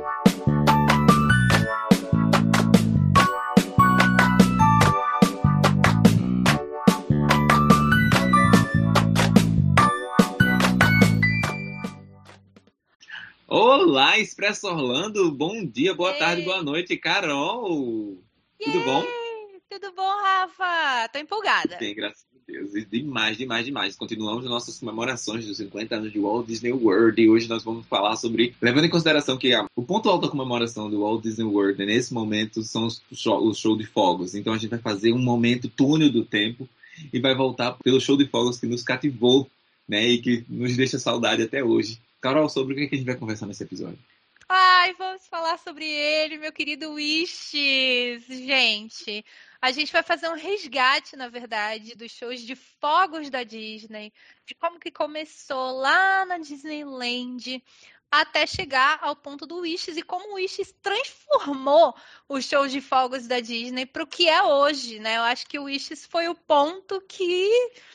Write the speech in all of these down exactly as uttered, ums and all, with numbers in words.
Olá, Expresso Orlando, bom dia, boa Ei. tarde, boa noite, Carol, Yay. Tudo bom? Tudo bom, Rafa? Tô empolgada. Bem, graças a Deus, e demais, demais, demais. Continuamos nossas comemorações dos cinquenta anos de Walt Disney World e hoje nós vamos falar sobre, levando em consideração que a, o ponto alto da comemoração do Walt Disney World nesse momento são os show, os show de fogos, então a gente vai fazer um momento túnel do tempo e vai voltar pelo show de fogos que nos cativou, né, e que nos deixa saudade até hoje. Carol, sobre o que a gente vai conversar nesse episódio? Ai, vamos falar sobre ele, meu querido Wishes. Gente, a gente vai fazer um resgate, na verdade, dos shows de fogos da Disney, de como que começou lá na Disneyland até chegar ao ponto do Wishes e como o Wishes transformou os shows de fogos da Disney para o que é hoje, né? Eu acho que o Wishes foi o ponto que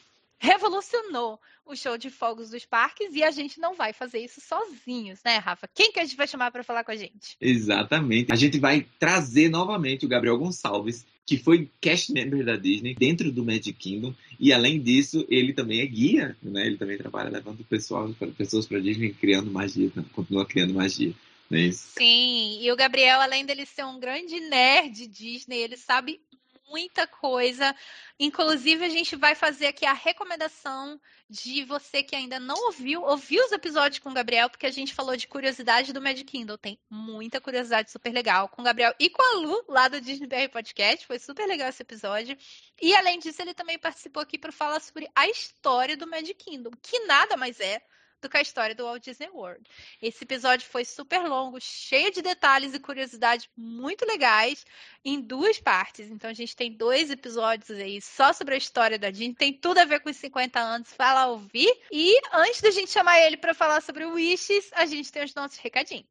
revolucionou o show de fogos dos parques e a gente não vai fazer isso sozinhos, né, Rafa? Quem que a gente vai chamar para falar com a gente? Exatamente. A gente vai trazer novamente o Gabriel Gonçalves, que foi cast member da Disney dentro do Magic Kingdom e, além disso, ele também é guia, né? Ele também trabalha levando pessoal, pessoas para Disney, criando magia, continua criando magia. Não é isso? Sim, e o Gabriel, além dele ser um grande nerd Disney, ele sabe muita coisa. Inclusive, a gente vai fazer aqui a recomendação de você que ainda não ouviu, ouviu os episódios com o Gabriel, porque a gente falou de curiosidade do Magic Kingdom. Tem muita curiosidade super legal com o Gabriel e com a Lu, lá do Disney B R Podcast. Foi super legal esse episódio. E, além disso, ele também participou aqui para falar sobre a história do Magic Kingdom, que nada mais é do que a história do Walt Disney World. Esse episódio foi super longo, cheio de detalhes e curiosidades muito legais em duas partes. Então a gente tem dois episódios aí só sobre a história da Disney, tem tudo a ver com os cinquenta anos, vai lá ouvir. E antes da gente chamar ele para falar sobre o Wishes, a gente tem os nossos recadinhos.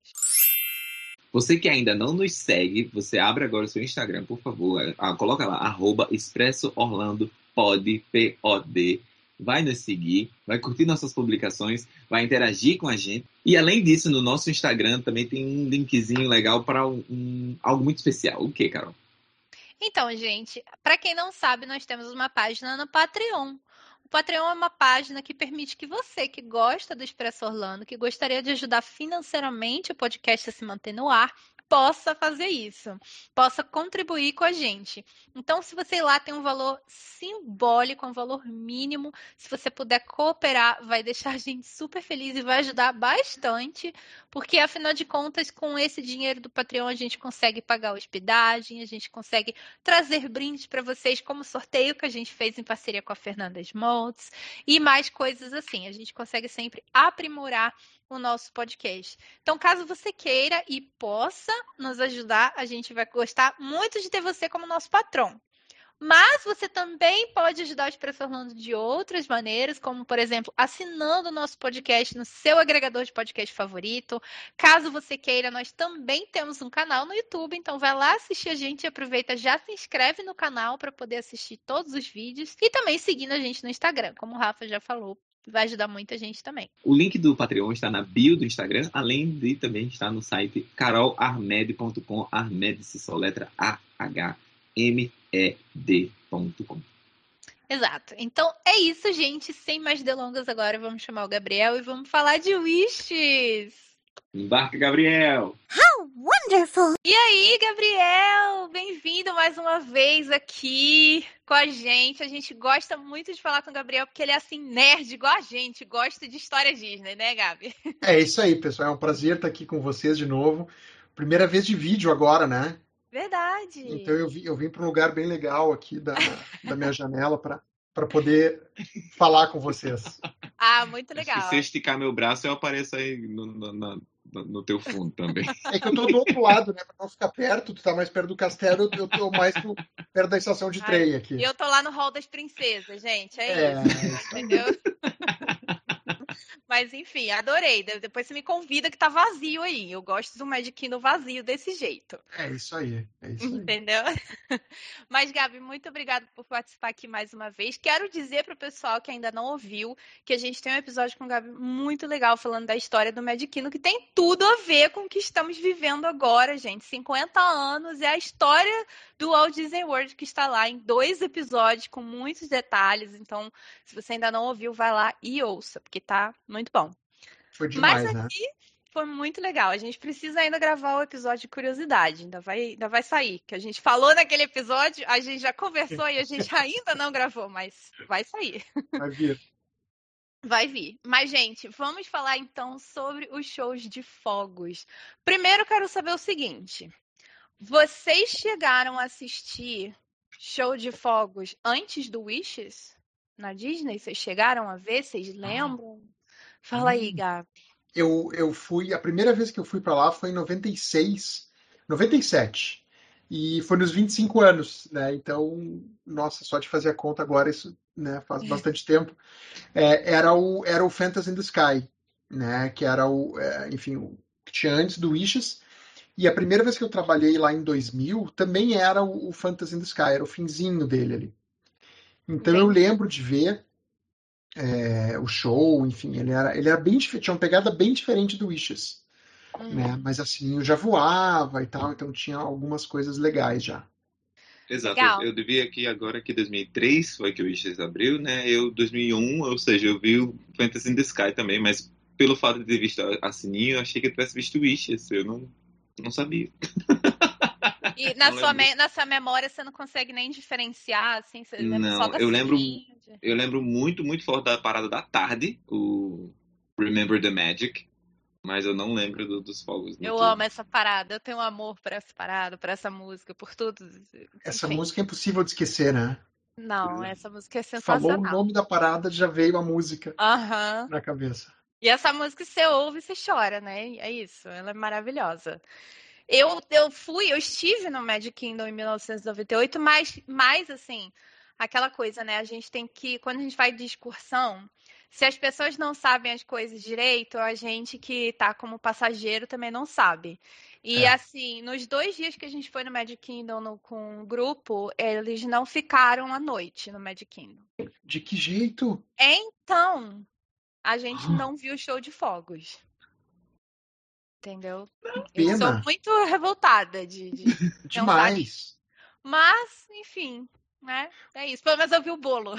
Você que ainda não nos segue, você abre agora o seu Instagram, por favor, coloca lá, arroba Expresso Orlando Pod, P O D. Vai nos seguir, vai curtir nossas publicações, vai interagir com a gente. E, além disso, no nosso Instagram também tem um linkzinho legal para um, um, algo muito especial. O que, Carol? Então, gente, para quem não sabe, nós temos uma página no Patreon. O Patreon é uma página que permite que você, que gosta do Expresso Orlando, que gostaria de ajudar financeiramente o podcast a se manter no ar, possa fazer isso, possa contribuir com a gente. Então, se você ir lá tem um valor simbólico, um valor mínimo, se você puder cooperar, vai deixar a gente super feliz e vai ajudar bastante, porque, afinal de contas, com esse dinheiro do Patreon, a gente consegue pagar hospedagem, a gente consegue trazer brindes para vocês, como o sorteio que a gente fez em parceria com a Fernanda Smoltz, e mais coisas assim. A gente consegue sempre aprimorar o nosso podcast. Então, caso você queira e possa nos ajudar, a gente vai gostar muito de ter você como nosso patrão. Mas você também pode ajudar o Expresso Orlando de outras maneiras, como, por exemplo, assinando o nosso podcast no seu agregador de podcast favorito. Caso você queira, nós também temos um canal no YouTube, então vai lá assistir a gente e aproveita, já se inscreve no canal para poder assistir todos os vídeos e também seguindo a gente no Instagram, como o Rafa já falou. Vai ajudar muita gente também. O link do Patreon está na bio do Instagram, além de também estar no site carol armed ponto com. Armed se soletra A H M E D ponto com. Exato. Então é isso, gente. Sem mais delongas agora, vamos chamar o Gabriel e vamos falar de Wishes. Embarca, Gabriel! How wonderful! E aí, Gabriel? Bem-vindo mais uma vez aqui com a gente. A gente gosta muito de falar com o Gabriel, porque ele é assim, nerd, igual a gente. Gosta de história Disney, né, Gabi? É isso aí, pessoal. É um prazer estar aqui com vocês de novo. Primeira vez de vídeo agora, né? Verdade. Então eu vim, eu vim para um lugar bem legal aqui da, da minha janela para para poder falar com vocês. Ah, muito legal. Se você esticar meu braço, eu apareço aí no, no, no, no teu fundo também. É que eu tô do outro lado, né? Para não ficar perto, tu tá mais perto do castelo, eu tô mais pro, perto da estação de trem aqui. E eu tô lá no Hall das Princesas, gente. É, é isso, entendeu? Mas enfim, adorei. Depois você me convida que tá vazio aí. Eu gosto do Magic Kingdom vazio desse jeito. É isso aí, é isso aí. Entendeu? Mas, Gabi, muito obrigada por participar aqui mais uma vez. Quero dizer para o pessoal que ainda não ouviu que a gente tem um episódio com o Gabi muito legal falando da história do Magic Kingdom, que tem tudo a ver com o que estamos vivendo agora, gente. cinquenta anos é a história do Walt Disney World que está lá em dois episódios com muitos detalhes. Então, se você ainda não ouviu, vai lá e ouça, porque tá muito bom. Foi demais, Mas né? aqui foi muito legal. A gente precisa ainda gravar o episódio de curiosidade. Ainda vai, ainda vai sair. Que a gente falou naquele episódio, a gente já conversou e a gente ainda não gravou, mas vai sair. Vai vir. Vai vir. Mas, gente, vamos falar então sobre os shows de fogos. Primeiro, quero saber o seguinte: vocês chegaram a assistir show de fogos antes do Wishes? Na Disney? Vocês chegaram a ver? Vocês lembram? Fala aí, Gabi. Eu, eu fui, a primeira vez que eu fui para lá foi em noventa e seis, noventa e sete. E foi nos vinte e cinco anos, né? Então, nossa, só de fazer a conta agora, isso, né, faz bastante tempo. É, era, o, era o Fantasy in the Sky, né? Que era o, é, enfim, o que tinha antes do Wishes. E a primeira vez que eu trabalhei lá em dois mil, também era o, o Fantasy in the Sky, era o finzinho dele ali. Então eu lembro de ver é, o show, enfim, ele era, ele era bem diferente, tinha uma pegada bem diferente do Wishes, Hum. né? Mas assim, eu já voava e tal, então tinha algumas coisas legais já. Exato, Legal. eu, eu devia aqui agora que dois mil e três foi que o Wishes abriu, né? Eu, dois mil e um, ou seja, eu vi o Fantasy in the Sky também, mas pelo fato de ter visto a, a Sininho, eu achei que eu tivesse visto o Wishes, eu não, não sabia. E na Não sua, lembro. me- na sua memória você não consegue nem diferenciar, assim, você lembra só Não, da eu lembro, Sininho. eu lembro muito, muito forte da parada da tarde, o Remember the Magic, mas eu não lembro do- dos fogos Eu noturnos. amo essa parada, eu tenho um amor por essa parada, por essa música, por tudo. Essa Enfim. música é impossível de esquecer, né? Não, essa música é Falou o sensacional. nome da parada, já veio a música Aham. na cabeça. E essa música você ouve e você chora, né? É isso, ela é maravilhosa. Eu, eu fui, eu estive no Magic Kingdom em mil novecentos e noventa e oito, mas, mas assim, aquela coisa, né? A gente tem que, quando a gente vai de excursão, se as pessoas não sabem as coisas direito, a gente que tá como passageiro também não sabe. E É. assim, nos dois dias que a gente foi no Magic Kingdom no- com o grupo, eles não ficaram à noite no Magic Kingdom. De que jeito? Então, a gente não viu o show de fogos. Entendeu? Eu sou Pena. muito revoltada de, de pensar nisso. Demais. Mas, enfim, né? É isso. Pelo menos eu vi o bolo.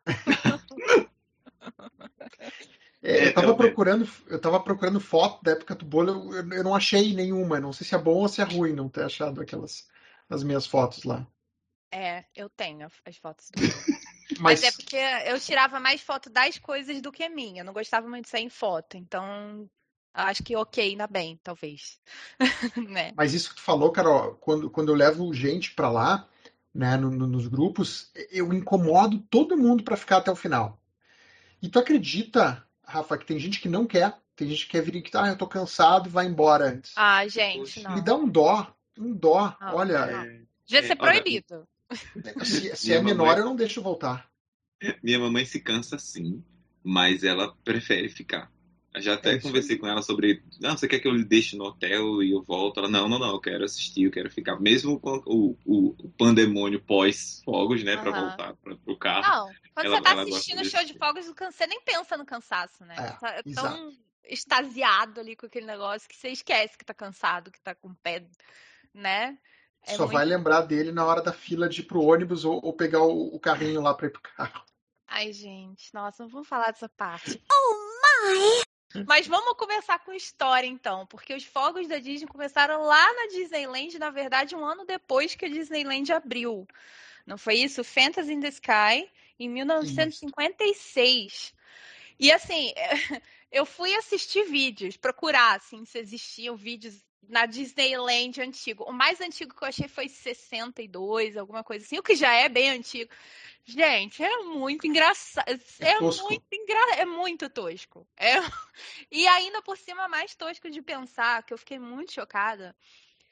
É, eu É, tava eu- procurando, eu tava procurando foto da época do bolo, eu, eu não achei nenhuma. Não sei se é bom ou se é ruim não ter achado aquelas as minhas fotos lá. É, eu tenho as fotos do bolo. Mas, Mas é porque eu tirava mais foto das coisas do que minha. Eu não gostava muito de sair em foto. Então, acho que ok, ainda bem, talvez. Né? mas isso que tu falou, cara, ó, quando, quando eu levo gente pra lá, né, no- no- nos grupos, eu incomodo todo mundo pra ficar até o final. E tu acredita, Rafa, que tem gente que não quer, tem gente que quer vir e que, ah, eu tô cansado e vai embora antes. Ah, gente, Poxa. não. Me dá um dó, um dó. Não, Olha, não. é, Devia é, ser olha, proibido. se, se Minha é menor, mamãe- eu não deixo voltar. minha mamãe se cansa sim, mas ela prefere ficar. Eu já até É isso conversei com ela sobre, não, você quer que eu lhe deixe no hotel e eu volto? Ela, não, não, não, eu quero assistir, eu quero ficar. Mesmo com o, o, o pandemônio pós-fogos, né, pra Aham. voltar pra, pro carro. Não, quando Ela- você tá ela gosta assistindo o desse show de tipo. fogos, você nem pensa no cansaço, né? É, Você tá exato. tão extasiado ali com aquele negócio que você esquece que tá cansado, que tá com o pé, né? É Só muito... vai lembrar dele na hora da fila de ir pro ônibus ou, ou pegar o, o carrinho lá pra ir pro carro. Ai, gente, nossa, não vamos falar dessa parte. Mas vamos começar com história, então, porque os fogos da Disney começaram lá na Disneyland, na verdade, um ano depois que a Disneyland abriu. Não foi isso? Fantasy in the Sky, em mil novecentos e cinquenta e seis. E assim, eu fui assistir vídeos, procurar assim, se existiam vídeos na Disneyland antigo. O mais antigo que eu achei foi sessenta e dois, alguma coisa assim, o que já é bem antigo. Gente, é muito engraçado. É É tosco. muito engra... é muito tosco. É... E ainda por cima mais tosco de pensar, que eu fiquei muito chocada,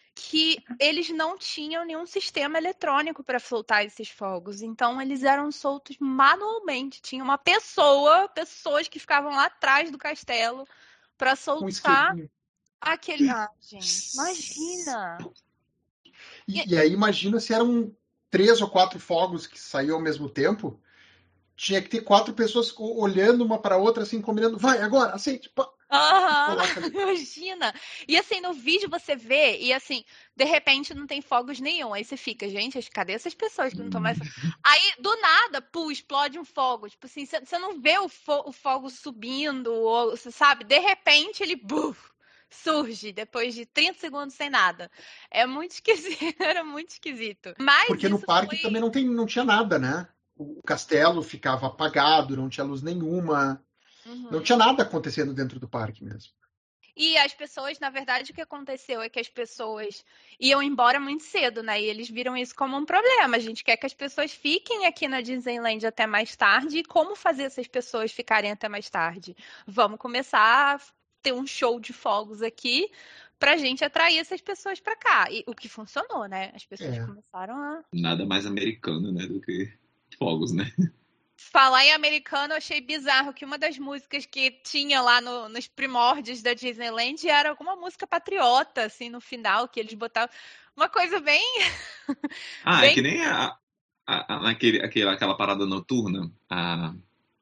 que eles não tinham nenhum sistema eletrônico para soltar esses fogos. Então, eles eram soltos manualmente. Tinha uma pessoa, pessoas que ficavam lá atrás do castelo para Um soltar isqueirinho. aquele... Ah, gente, imagina! E, e aí imagina se eram três ou quatro fogos que saíam ao mesmo tempo. Tinha que ter quatro pessoas olhando uma para outra, assim, combinando. Vai, agora, aceite. Pá. Aham, Coloca ali. imagina! E assim, no vídeo você vê, e assim, de repente não tem fogos nenhum. Aí você fica, gente, cadê essas pessoas que não estão mais. Aí, do nada, pô, explode um fogo. Tipo assim, você você não vê o, fo- o fogo subindo, ou você sabe, de repente ele buf, surge depois de trinta segundos sem nada. É muito esquisito, era muito esquisito. Mas Porque no isso parque foi. também não, tem, não tinha nada, né? O castelo ficava apagado, não tinha luz nenhuma. Não Uhum. tinha nada acontecendo dentro do parque mesmo. E as pessoas, na verdade, o que aconteceu é que as pessoas iam embora muito cedo, né? E eles viram isso como um problema. A gente quer que as pessoas fiquem aqui na Disneyland até mais tarde. E como fazer essas pessoas ficarem até mais tarde? Vamos começar a ter um show de fogos aqui pra gente atrair essas pessoas pra cá. E o que funcionou, né? As pessoas É. começaram a Nada mais americano, né, do que fogos, né? falar em americano. Eu achei bizarro que uma das músicas que tinha lá no- nos primórdios da Disneyland era alguma música patriota, assim, no final, que eles botavam uma coisa bem, Ah, é bem... que nem a, a, a- naquele, aquele, aquela parada noturna. A...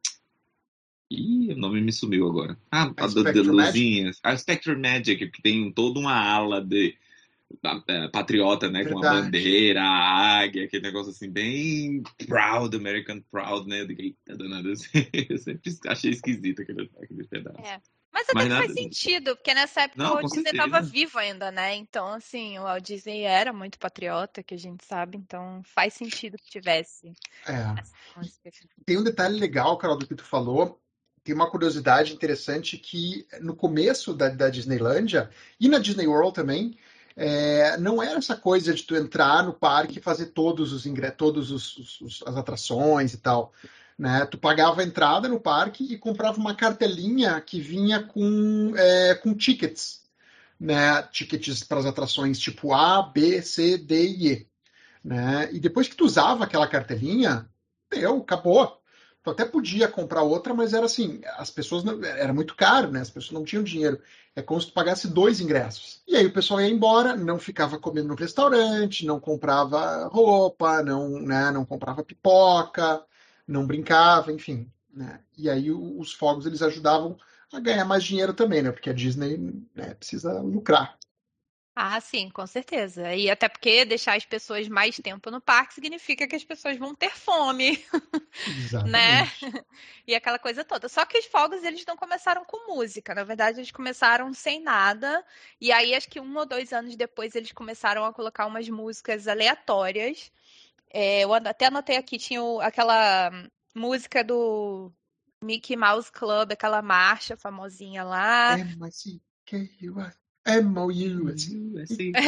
Ih, o nome me sumiu agora. Ah, A a do, de Spectrum Magic? luzinhas. A Spectre Magic, que tem toda uma ala de da- é, patriota, né? Com a Verdade. bandeira, a águia, aquele negócio assim, bem proud, American proud, né? De que tá danado assim. Eu sempre achei esquisito aquele, aquele pedaço. É. Mas até Mas que faz nada. sentido, porque nessa época o Não, Walt com Disney estava certeza. vivo ainda, né? Então, assim, o Walt Disney era muito patriota, que a gente sabe, então faz sentido que tivesse É. essa música. Tem um detalhe legal, Carol, do que tu falou. Tem uma curiosidade interessante que no começo da, da Disneylândia e na Disney World também, é, não era essa coisa de tu entrar no parque e fazer todos os ingressos, todos os, os- os- as atrações e tal, né? Tu pagava a entrada no parque e comprava uma cartelinha que vinha com, é, com tickets, né? Tickets para as atrações tipo A, B, C, D e E, né? E depois que tu usava aquela cartelinha, deu, acabou. Tu até podia comprar outra, mas era assim, as pessoas não, era muito caro, né? As pessoas não tinham dinheiro. É como se tu pagasse dois ingressos. E aí o pessoal ia embora, não ficava comendo no restaurante, não comprava roupa, não, né, não comprava pipoca, não brincava, enfim, né? E aí o- os fogos eles ajudavam a ganhar mais dinheiro também, né? Porque a Disney, né, precisa lucrar. Ah, sim, com certeza. E até porque deixar as pessoas mais tempo no parque significa que as pessoas vão ter fome, né? Exatamente. E aquela coisa toda. Só que os fogos, eles não começaram com música. Na verdade, eles começaram sem nada. E aí, acho que um ou dois anos depois, eles começaram a colocar umas músicas aleatórias. É, eu até anotei aqui, tinha o- aquela música do Mickey Mouse Club, aquela marcha famosinha lá. M I C K U S M O U S. Assim.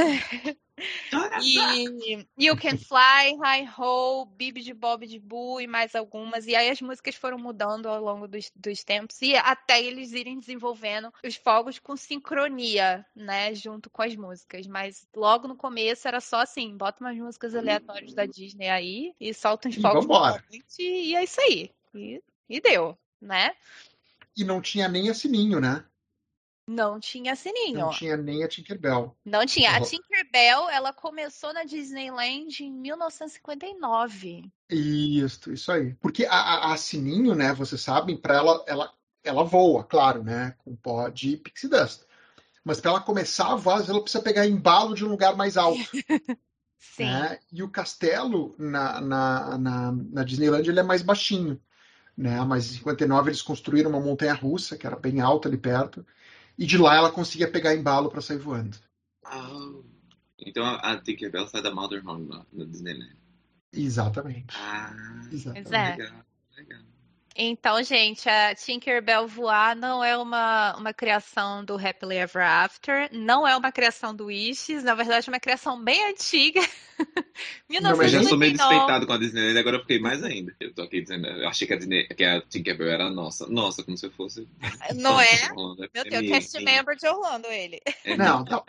E You Can Fly, Hi Ho, Bibi de Bob de Boo e mais algumas. E aí as músicas foram mudando ao longo dos, dos tempos e até eles irem desenvolvendo os fogos com sincronia, né, junto com as músicas. Mas logo no começo era só assim, bota umas músicas aleatórias da Disney aí e solta uns E fogos vambora. potentes e é isso aí. E, e deu, né? E não tinha nem a sininho, né? Não tinha Não sininho. tinha nem a Tinkerbell. Não tinha. A Ela- Tinkerbell, ela começou na Disneyland em mil novecentos e cinquenta e nove. Isso, isso aí. Porque a, a, a sininho, né, vocês sabem, para ela, ela, ela voa, claro, né, com pó de pixie dust. Mas para ela começar a voar, ela precisa pegar embalo de um lugar mais alto, Sim. né? E o castelo na, na, na, na Disneyland ele é mais baixinho, né? Mas em cinquenta e nove eles construíram uma montanha-russa que era bem alta ali perto. E de lá ela conseguia pegar embalo para sair voando. Ah, então a, a Tinkerbell sai da Matterhorn lá no Disneyland. Exatamente. Ah, Pois é. Exatamente. legal, legal. Então, gente, a Tinkerbell voar não é uma, uma criação do Happily Ever After, não é uma criação do Wishes, na verdade é uma criação bem antiga, Não, Eu mas já sou meio mil novecentos e cinquenta e nove. despeitado com a Disneyland, agora eu fiquei mais ainda. Eu tô aqui dizendo, eu achei que a, Disney, que a Tinkerbell era nossa. Nossa, como se eu fosse Não fã é? de Orlando. Meu É Deus, minha, cast minha, member de Orlando, ele. é Não, minha. não.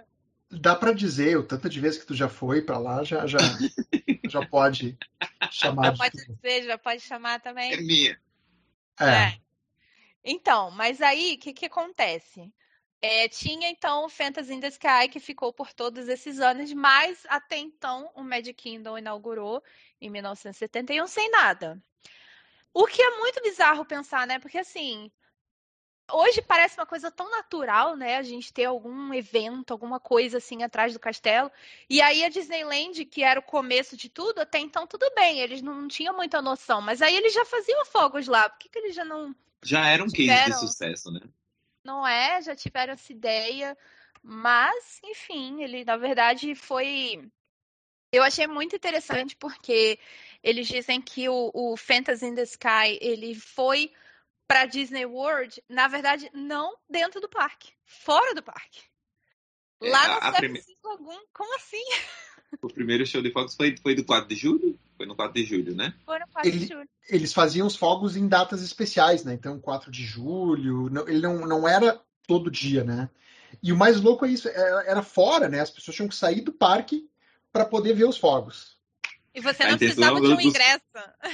dá pra dizer, o tanto de vezes que tu já foi pra lá, já, já, já pode chamar Já de pode tudo. dizer, já pode chamar É também. minha. É, É. Então, mas aí, o que que acontece? É, tinha então o Fantasy in the Sky, que ficou por todos esses anos, mas até então o Magic Kingdom inaugurou em mil novecentos e setenta e um sem nada. O que é muito bizarro pensar, né? Porque assim, hoje parece uma coisa tão natural, né? A gente ter algum evento, alguma coisa assim atrás do castelo. E aí a Disneyland, que era o começo de tudo, até então tudo bem, eles não tinham muita noção. Mas aí eles já faziam fogos lá. Por que, que eles já não Já era um case de tiveram? sucesso, né? Não é? Já tiveram essa ideia. Mas, enfim, ele na verdade foi. Eu achei muito interessante porque eles dizem que o, o Fantasy in the Sky ele foi para Disney World, na verdade, não dentro do parque, fora do parque. É, Lá no a, a Seven prime... Seas Lagoon, como assim? O primeiro show de fogos foi, foi do quatro de julho? Foi no quatro de julho, né? Foi no quatro de ele, julho. eles faziam os fogos em datas especiais, né? Então, quatro de julho, não, ele não, não era todo dia, né? E o mais louco é isso, era, era fora, né? As pessoas tinham que sair do parque para poder ver os fogos. E você A não intenção precisava de um dos, ingresso.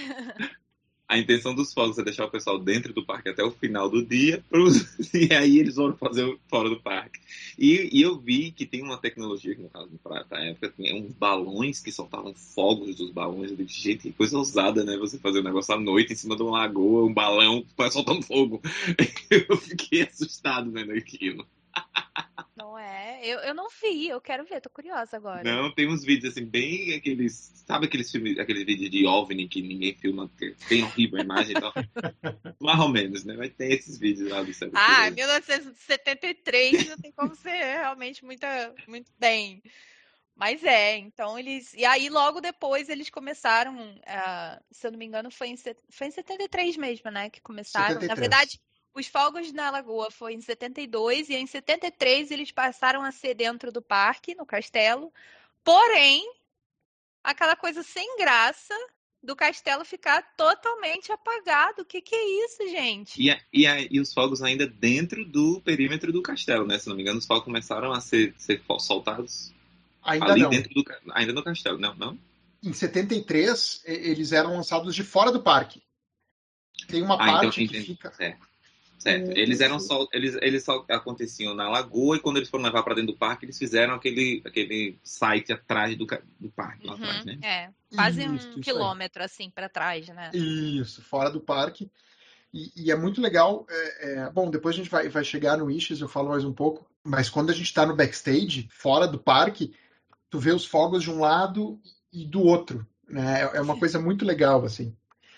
A intenção dos fogos é deixar o pessoal dentro do parque até o final do dia, pros... e aí eles foram fazer fora do parque. E, e eu vi que tem uma tecnologia, que no caso da época, tinha uns balões que soltavam fogos dos balões. Eu digo, gente, que coisa ousada, né? Você fazer um negócio à noite em cima de uma lagoa, um balão, vai soltando fogo. Eu fiquei assustado vendo aquilo. Não é? Eu, eu não vi, eu quero ver, tô curiosa agora. Não, tem uns vídeos assim, bem aqueles. Sabe aqueles filmes, aqueles vídeos de OVNI que ninguém filma, que é bem horrível a imagem e tal? Mais ou menos, né? Mas tem esses vídeos lá do Céu Ah, Curioso. mil novecentos e setenta e três não tem como ser realmente muita, muito bem. Mas é, então eles. E aí, logo depois, eles começaram. Uh, se eu não me engano, foi em, foi em setenta e três mesmo, né? Que começaram. Na setenta e três. verdade, os fogos na Lagoa foi em setenta e dois, e em setenta e três eles passaram a ser dentro do parque, no castelo. Porém, aquela coisa sem graça do castelo ficar totalmente apagado. O que, que é isso, gente? E, a, e, a, e os fogos ainda dentro do perímetro do castelo, né? Se não me engano, os fogos começaram a ser, ser soltados Ainda ali não. dentro do. Ainda no castelo, não? Não? Em setenta e três, eles eram lançados de fora do parque. Tem uma Ah, então parte que entendi. fica. Certo. Certo. Eles O, eram o, só. Eles, eles só aconteciam na lagoa e quando eles foram levar para dentro do parque, eles fizeram aquele, aquele site atrás do, do parque, lá atrás, Uhum, né? é, quase um isso, isso aí. quilômetro assim para trás, né? Isso, fora do parque. E, e é muito legal. É, é, bom, depois a gente vai, vai chegar no Wishes, eu falo mais um pouco. Mas quando a gente está no backstage, fora do parque, tu vê os fogos de um lado e do outro. Né? É uma coisa muito legal, assim.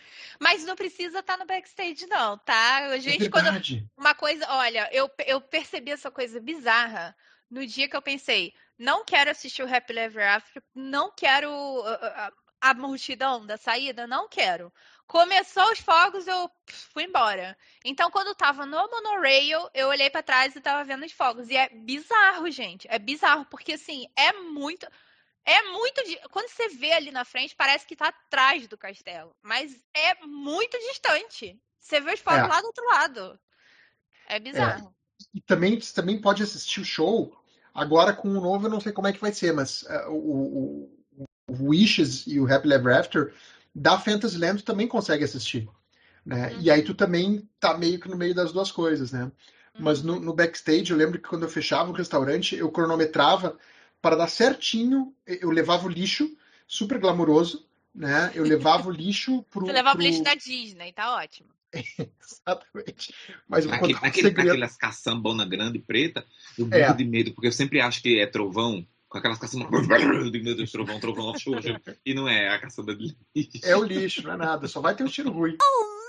Mas não precisa estar no backstage, não, tá? A É gente, quando. verdade. Uma coisa, olha, eu, eu percebi essa coisa bizarra no dia que eu pensei, não quero assistir o Happily Ever After, não quero a, a, a multidão da saída, não quero. Começou os fogos, eu fui embora. Então, quando eu tava no monorail, eu olhei pra trás e tava vendo os fogos. E é bizarro, gente. É bizarro, porque assim, é muito. É muito. Quando você vê ali na frente, parece que tá atrás do castelo. Mas é muito distante. Você vê os fogos É, lá do outro lado. É é. bizarro. E também, você também pode assistir o show. Agora com o novo, eu não sei como é que vai ser, mas uh, o, o, o Wishes e o Happy Ever After da Fantasyland tu também consegue assistir. Né? E aí Uhum, tu também tá meio que no meio das duas coisas, né? Mas no, uhum. no backstage, eu lembro que quando eu fechava o restaurante, eu cronometrava para dar certinho, eu levava o lixo, super glamuroso, né? Eu levava o lixo Você pro, levava o lixo pro... da Disney, tá ótimo. Exatamente. Mas eu vou Naquele, contar um naquele, segredo. naquelas caçambona grande preta, eu morro É, de medo, porque eu sempre acho que é trovão, com aquelas caçambas. Eu digo, meu Deus, trovão, trovão, offshore. E não é, é a caçamba de é o lixo. lixo, não é nada, só vai ter um tiro ruim.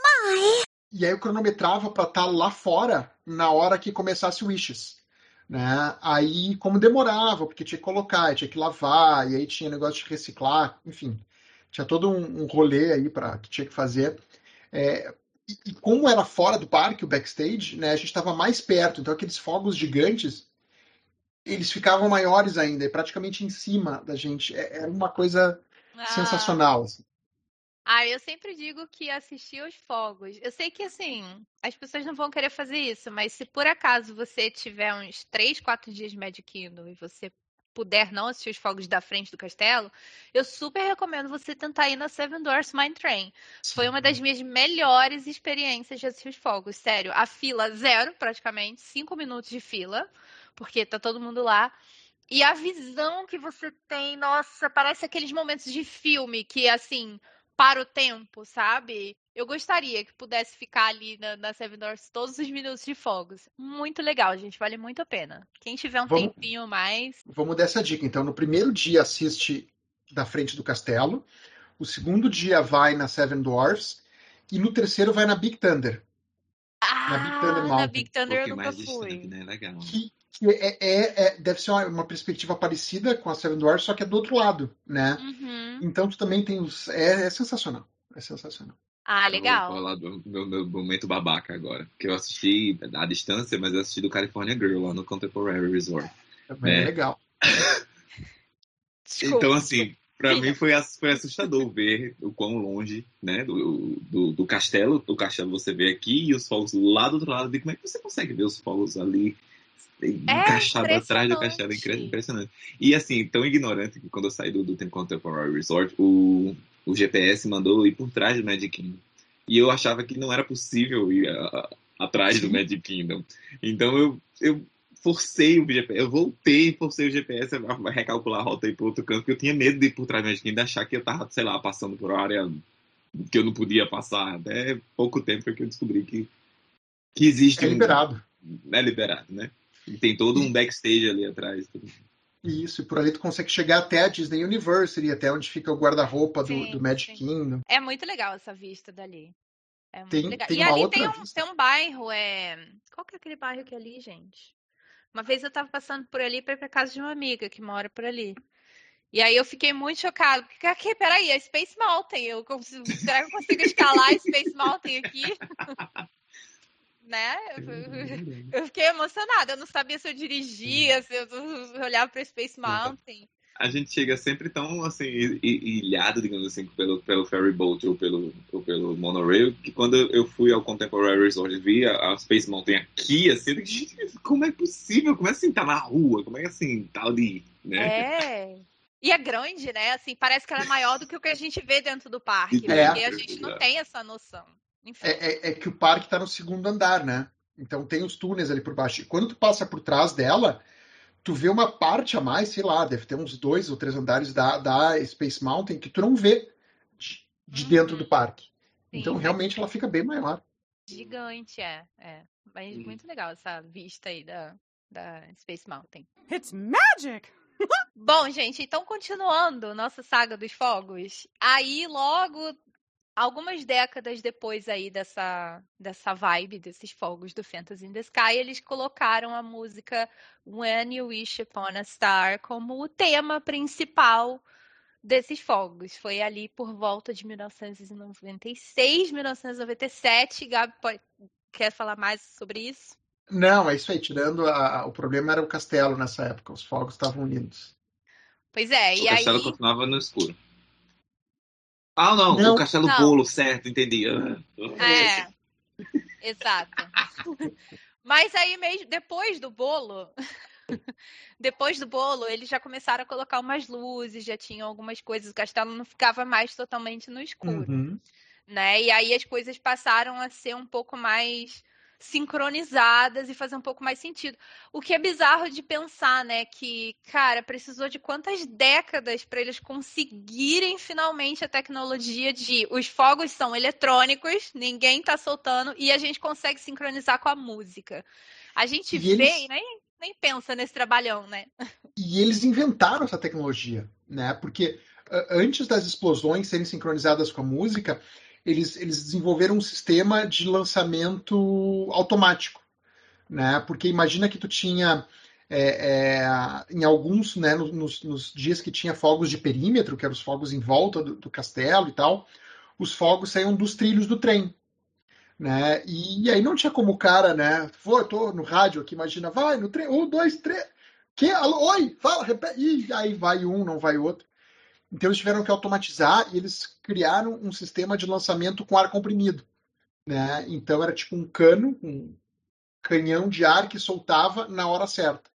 E aí eu cronometrava para estar lá fora na hora que começasse o Wishes. Né? Aí, como demorava, porque tinha que colocar, tinha que lavar, e aí tinha negócio de reciclar, enfim, tinha todo um, um rolê aí para que tinha que fazer. É, e, e como era fora do parque, o backstage, né, a gente estava mais perto, então aqueles fogos gigantes, eles ficavam maiores ainda, e praticamente em cima da gente. É, era uma coisa Ah, sensacional. Assim. ah, eu sempre digo que assistir aos fogos. Eu sei que assim, as pessoas não vão querer fazer isso, mas se por acaso você tiver uns três, quatro dias de Magic Kingdom e você puder não assistir os fogos da frente do castelo, eu super recomendo você tentar ir na Seven Dwarfs Mine Train. Foi uma das minhas melhores experiências de assistir os fogos, sério. A fila zero, praticamente, cinco minutos de fila, porque tá todo mundo lá. E a visão que você tem, nossa, parece aqueles momentos de filme que, assim, para o tempo, sabe? Eu gostaria que pudesse ficar ali na, na Seven Dwarfs todos os minutos de fogos. Muito legal, gente. Vale muito a pena. Quem tiver um Vamos- tempinho mais. Vamos dessa dica. Então, no primeiro dia assiste da frente do castelo, o segundo dia vai na Seven Dwarfs e no terceiro vai na Big Thunder. Ah, Big Thunder na Mountain. Big Um Thunder eu pouquinho nunca mais distante, fui. né? Legal. Que, que é, é- é- deve ser uma, uma perspectiva parecida com a Seven Dwarfs, só que é do outro lado, né? Uhum. Então tu também tem os. É, é sensacional. É sensacional. Ah, Eu vou legal. falar do meu, meu momento babaca agora. Que eu assisti à distância, mas eu assisti do California Girl lá no Contemporary Resort. Também É. é legal. Desculpa. Então, assim, pra Sim. mim foi, ass- foi assustador ver o quão longe, né, do, do, do castelo. O castelo você vê aqui e os fogos lá do outro lado. E como é que você consegue ver os fogos ali encaixados atrás do castelo? É incre- impressionante. impressionante. E, assim, tão ignorante que quando eu saí do, do Temple Contemporary Resort, o, o G P S mandou ir por trás do Magic Kingdom. E eu achava que não era possível ir a- a- atrás do Sim. Magic Kingdom. Então eu, eu forcei o G P S, eu voltei e forcei o G P S a recalcular a rota e ir para outro canto, porque eu tinha medo de ir por trás do Magic Kingdom e achar que eu tava, sei lá, passando por uma área que eu não podia passar. Até pouco tempo que eu descobri que, que existe É um... liberado. É liberado, né? E tem todo um backstage ali atrás. Isso, e por ali tu consegue chegar até a Disney University, até onde fica o guarda-roupa do, Sim, do Magic sim. Kingdom. É muito legal essa vista dali. É muito Tem, legal. tem E uma ali outra tem um, vista. tem um bairro, é... Qual que é aquele bairro que é ali, gente? Uma vez eu tava passando por ali pra ir pra casa de uma amiga que mora por ali. E aí eu fiquei muito chocada. Porque aqui, peraí, é Space Mountain. Eu consigo... Será que eu consigo escalar Space Mountain aqui? Né? Eu fiquei emocionada. Eu não sabia se eu dirigia, se eu olhava pra Space Mountain. A gente chega sempre tão, assim, i- i- ilhado, digamos assim, pelo, pelo ferry boat ou pelo, ou pelo monorail, que quando eu fui ao Contemporary Resort e vi a, a Space Mountain aqui, assim, eu disse, gente, como é possível? Como é assim, tá na rua? Como é assim, tá ali, né? É. E é grande, né? Assim, parece que ela é maior do que o que a gente vê dentro do parque. É. Porque a gente não tem essa noção. Enfim. É, é, é que o parque está no segundo andar, né? Então tem os túneis ali por baixo. E quando tu passa por trás dela, tu vê uma parte a mais, sei lá, deve ter uns dois ou três andares da, da Space Mountain que tu não vê de, de dentro do parque. Então Sim, realmente ela fica bem maior. gigante, é. é. Mas Uhum. muito legal essa vista aí da, da Space Mountain. It's magic! Bom, gente, então continuando nossa saga dos fogos, aí logo, algumas décadas depois aí dessa, dessa vibe, desses fogos do Fantasy in the Sky, eles colocaram a música When You Wish Upon a Star como o tema principal desses fogos. Foi ali por volta de mil novecentos e noventa e seis, mil novecentos e noventa e sete. Gabi, pode... quer falar mais sobre isso? Não, é isso aí. Tirando a, o problema era o castelo nessa época. Os fogos estavam lindos. Pois é, O e castelo aí... continuava no escuro. Ah, não, Não. o castelo Não. bolo, certo, entendi. Ah, É, exato. Mas aí mesmo, depois do bolo, depois do bolo, eles já começaram a colocar umas luzes, já tinham algumas coisas, o castelo não ficava mais totalmente no escuro, Uhum. né? E aí as coisas passaram a ser um pouco mais sincronizadas e fazer um pouco mais sentido. O que é bizarro de pensar, né? Que, cara, precisou de quantas décadas para eles conseguirem finalmente a tecnologia de os fogos são eletrônicos, ninguém tá soltando e a gente consegue sincronizar com a música. A gente E vê eles- e nem, nem pensa nesse trabalhão, né? E eles inventaram essa tecnologia, né? Porque uh, antes das explosões serem sincronizadas com a música, eles, eles desenvolveram um sistema de lançamento automático, né? Porque imagina que tu tinha é, é, em alguns, né, nos, nos dias que tinha fogos de perímetro, que eram os fogos em volta do, do castelo e tal, os fogos saíam dos trilhos do trem. Né? E, e aí não tinha como o cara, né? Foi, tô no rádio aqui, imagina, vai no trem, um, dois, três. Que? Alô, oi, fala, repete. E aí vai um, não vai outro. Então eles tiveram que automatizar e eles criaram um sistema de lançamento com ar comprimido. Né? Então era tipo um cano, um canhão de ar que soltava na hora certa.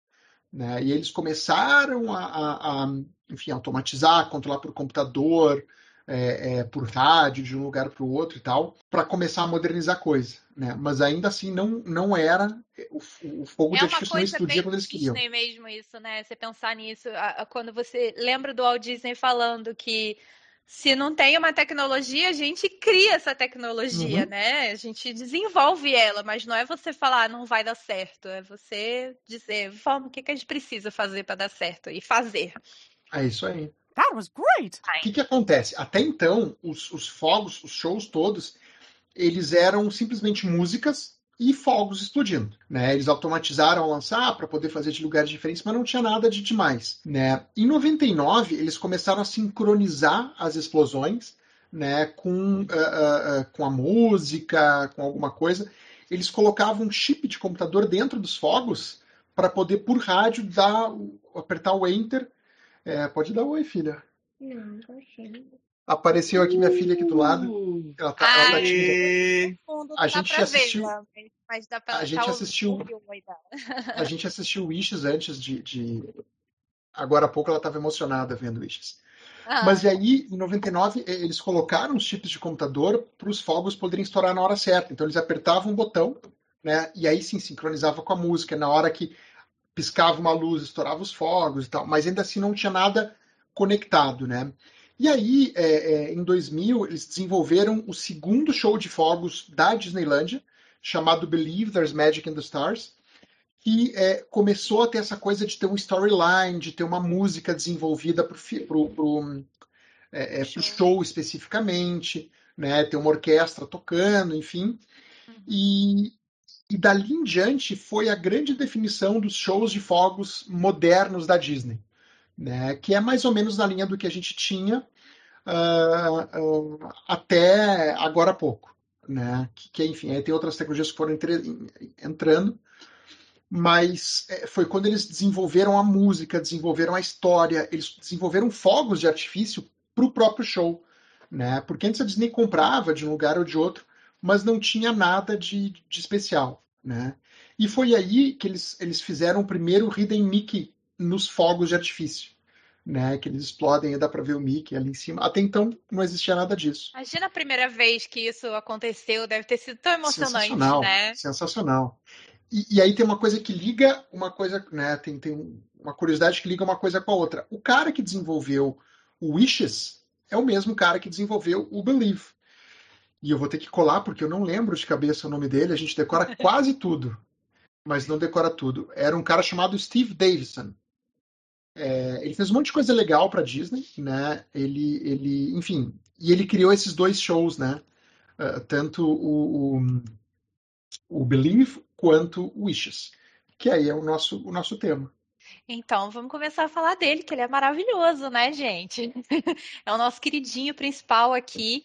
né? E eles começaram a, a, a enfim, automatizar, controlar por computador, é, é, por rádio, de um lugar para o outro e tal, para começar a modernizar a coisa, né? Mas ainda assim não, não era, o, o fogo É de uma artifício não coisa explodia bem quando eles queriam. Disney mesmo isso, né? Você pensar nisso, a- a- quando você lembra do Walt Disney falando que se não tem uma tecnologia, a gente cria essa tecnologia, Uhum. né? A gente desenvolve ela, mas não é você falar, "Ah, não vai dar certo", é você dizer, vamos, o que que a gente precisa fazer para dar certo e fazer. É isso aí. That was great. O que, que acontece? Até então, os, os fogos, os shows todos, eles eram simplesmente músicas e fogos explodindo, né? Eles automatizaram ao lançar para poder fazer de lugares diferentes, mas não tinha nada de demais, né? Em noventa e nove, eles começaram a sincronizar as explosões, né, com, uh, uh, uh, com a música, com alguma coisa. Eles colocavam um chip de computador dentro dos fogos para poder, por rádio, dar, apertar o Enter. É, pode dar oi, filha. Não, tô achando. Apareceu aqui minha filha aqui do lado. Uh, Ela tá, ela tá Ai, tímida. e... no fundo A não dá gente pra assistiu- ver, né? Mas dá pra a gente tá assistiu- ouvindo o oi dela. A gente assistiu Wishes antes de, de- Agora há pouco ela estava emocionada vendo Wishes. Ah, Mas e aí, em noventa e nove, e- eles colocaram os chips de computador para os fogos poderem estourar na hora certa. Então eles apertavam um botão, né? E aí sim sincronizava com a música. Na hora que piscava uma luz, estourava os fogos e tal. Mas ainda assim não tinha nada conectado, né? E aí, é, é, em dois mil, eles desenvolveram o segundo show de fogos da Disneylândia, chamado Believe There's Magic in the Stars, que é, começou a ter essa coisa de ter um storyline, de ter uma música desenvolvida para o é, é, show. show especificamente, né? Ter uma orquestra tocando, enfim. Uhum. E, e dali em diante foi a grande definição dos shows de fogos modernos da Disney, né? Que é mais ou menos na linha do que a gente tinha uh, uh, até agora há pouco, né? Que, que enfim, aí tem outras tecnologias que foram entre, entrando, mas é, foi quando eles desenvolveram a música, desenvolveram a história, eles desenvolveram fogos de artifício para o próprio show, né? Porque antes a Disney comprava de um lugar ou de outro, mas não tinha nada de, de especial, né? E foi aí que eles, eles fizeram o primeiro Hidden Mickey nos fogos de artifício, né? Que eles explodem e dá para ver o Mickey ali em cima. Até então não existia nada disso. Imagina a primeira vez que isso aconteceu, deve ter sido tão emocionante, Sensacional, né? sensacional. E, e aí tem uma coisa que liga uma coisa, né? Tem, tem uma curiosidade que liga uma coisa com a outra. O cara que desenvolveu o Wishes é o mesmo cara que desenvolveu o Believe. E eu vou ter que colar porque eu não lembro de cabeça o nome dele. A gente decora quase tudo, mas não decora tudo. Era um cara chamado Steve Davison. É, ele fez um monte de coisa legal para Disney, né? Ele, ele, enfim, e ele criou esses dois shows, né? Uh, tanto o, o, o Believe quanto o Wishes, que aí é o nosso, o nosso tema. Então, vamos começar a falar dele, que ele é maravilhoso, né, gente? É o nosso queridinho principal aqui.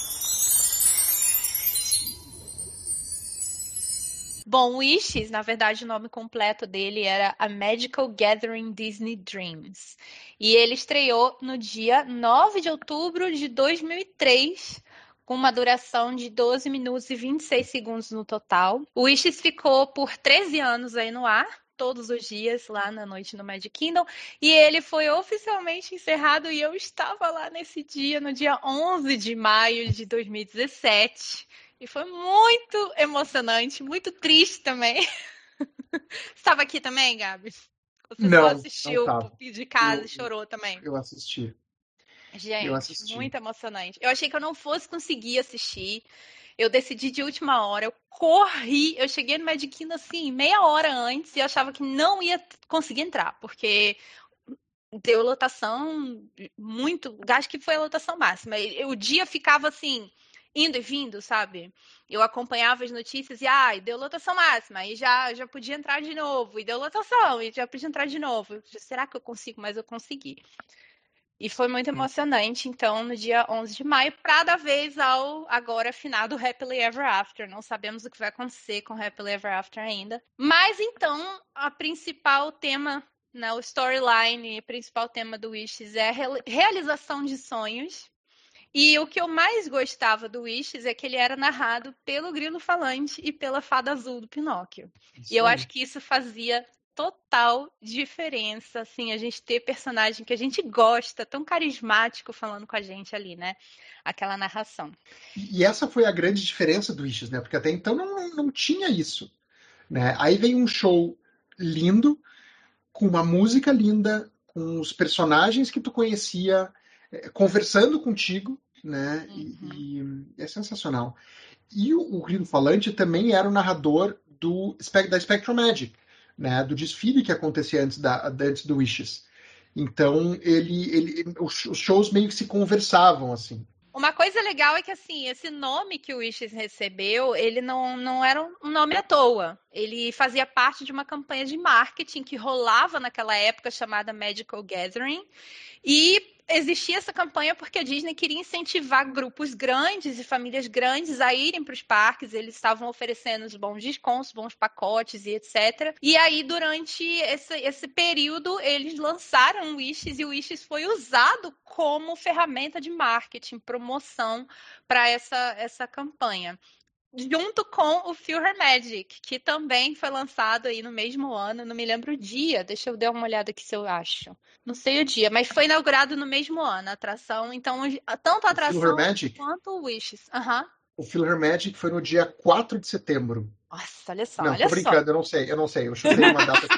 Bom, o Wishes, na verdade, o nome completo dele era A Magical Gathering Disney Dreams. E ele estreou no dia nove de outubro de dois mil e três, com uma duração de doze minutos e vinte e seis segundos no total. O Wishes ficou por treze anos aí no ar, todos os dias lá na noite no Magic Kingdom, e ele foi oficialmente encerrado e eu estava lá nesse dia, no dia onze de maio de dois mil e dezessete. E foi muito emocionante, muito triste também. Estava aqui também, Gabi? Você não, só assistiu não de casa eu, e chorou também? Eu assisti. Gente, eu assisti. muito emocionante. Eu achei que eu não fosse conseguir assistir. Eu decidi de última hora, eu corri, eu cheguei no Magic Kingdom assim, meia hora antes e eu achava que não ia conseguir entrar, porque deu lotação muito, acho que foi a lotação máxima. O dia ficava assim, indo e vindo, sabe? Eu acompanhava as notícias e, ai, deu lotação máxima, e já, já podia entrar de novo, e deu lotação, e já podia entrar de novo. Será que eu consigo? Mas eu consegui. E foi muito emocionante, então, no dia onze de maio, para dar vez ao agora finado Happily Ever After. Não sabemos o que vai acontecer com Happily Ever After ainda. Mas, então, a principal tema, né, o storyline, o principal tema do Wishes é a realização de sonhos. E o que eu mais gostava do Wishes é que ele era narrado pelo Grilo Falante e pela Fada Azul do Pinóquio. Isso e eu aí. acho que isso fazia total diferença, assim, a gente ter personagem que a gente gosta, tão carismático falando com a gente ali, né? Aquela narração. E essa foi a grande diferença do Wishes, né? Porque até então não, não tinha isso, né? Aí vem um show lindo, com uma música linda, com os personagens que tu conhecia, conversando contigo, né? Uhum. E, e é sensacional. E o, o Grilo Falante também era o narrador do, da Spectrum Magic, né? Do desfile que acontecia antes, da, antes do Wishes. Então, ele, ele, os, os shows meio que se conversavam, assim. Uma coisa legal é que, assim, esse nome que o Wishes recebeu, ele não, não era um nome à toa. Ele fazia parte de uma campanha de marketing que rolava naquela época, chamada Magical Gathering. E existia essa campanha porque a Disney queria incentivar grupos grandes e famílias grandes a irem para os parques. Eles estavam oferecendo os bons descontos, bons pacotes e etcétera. E aí, durante esse, esse período, eles lançaram o Wishes e o Wishes foi usado como ferramenta de marketing, promoção para essa, essa campanha. Junto com o Feel Her Magic, que também foi lançado aí no mesmo ano, não me lembro o dia, deixa eu dar uma olhada aqui se eu acho. Não sei o dia, mas foi inaugurado no mesmo ano a atração, então tanto a atração quanto o Wishes. Uhum. O Feel Her Magic foi no dia quatro de setembro. Nossa, olha só, não, olha tô brincando, só. eu não sei, eu não sei, eu chutei uma data.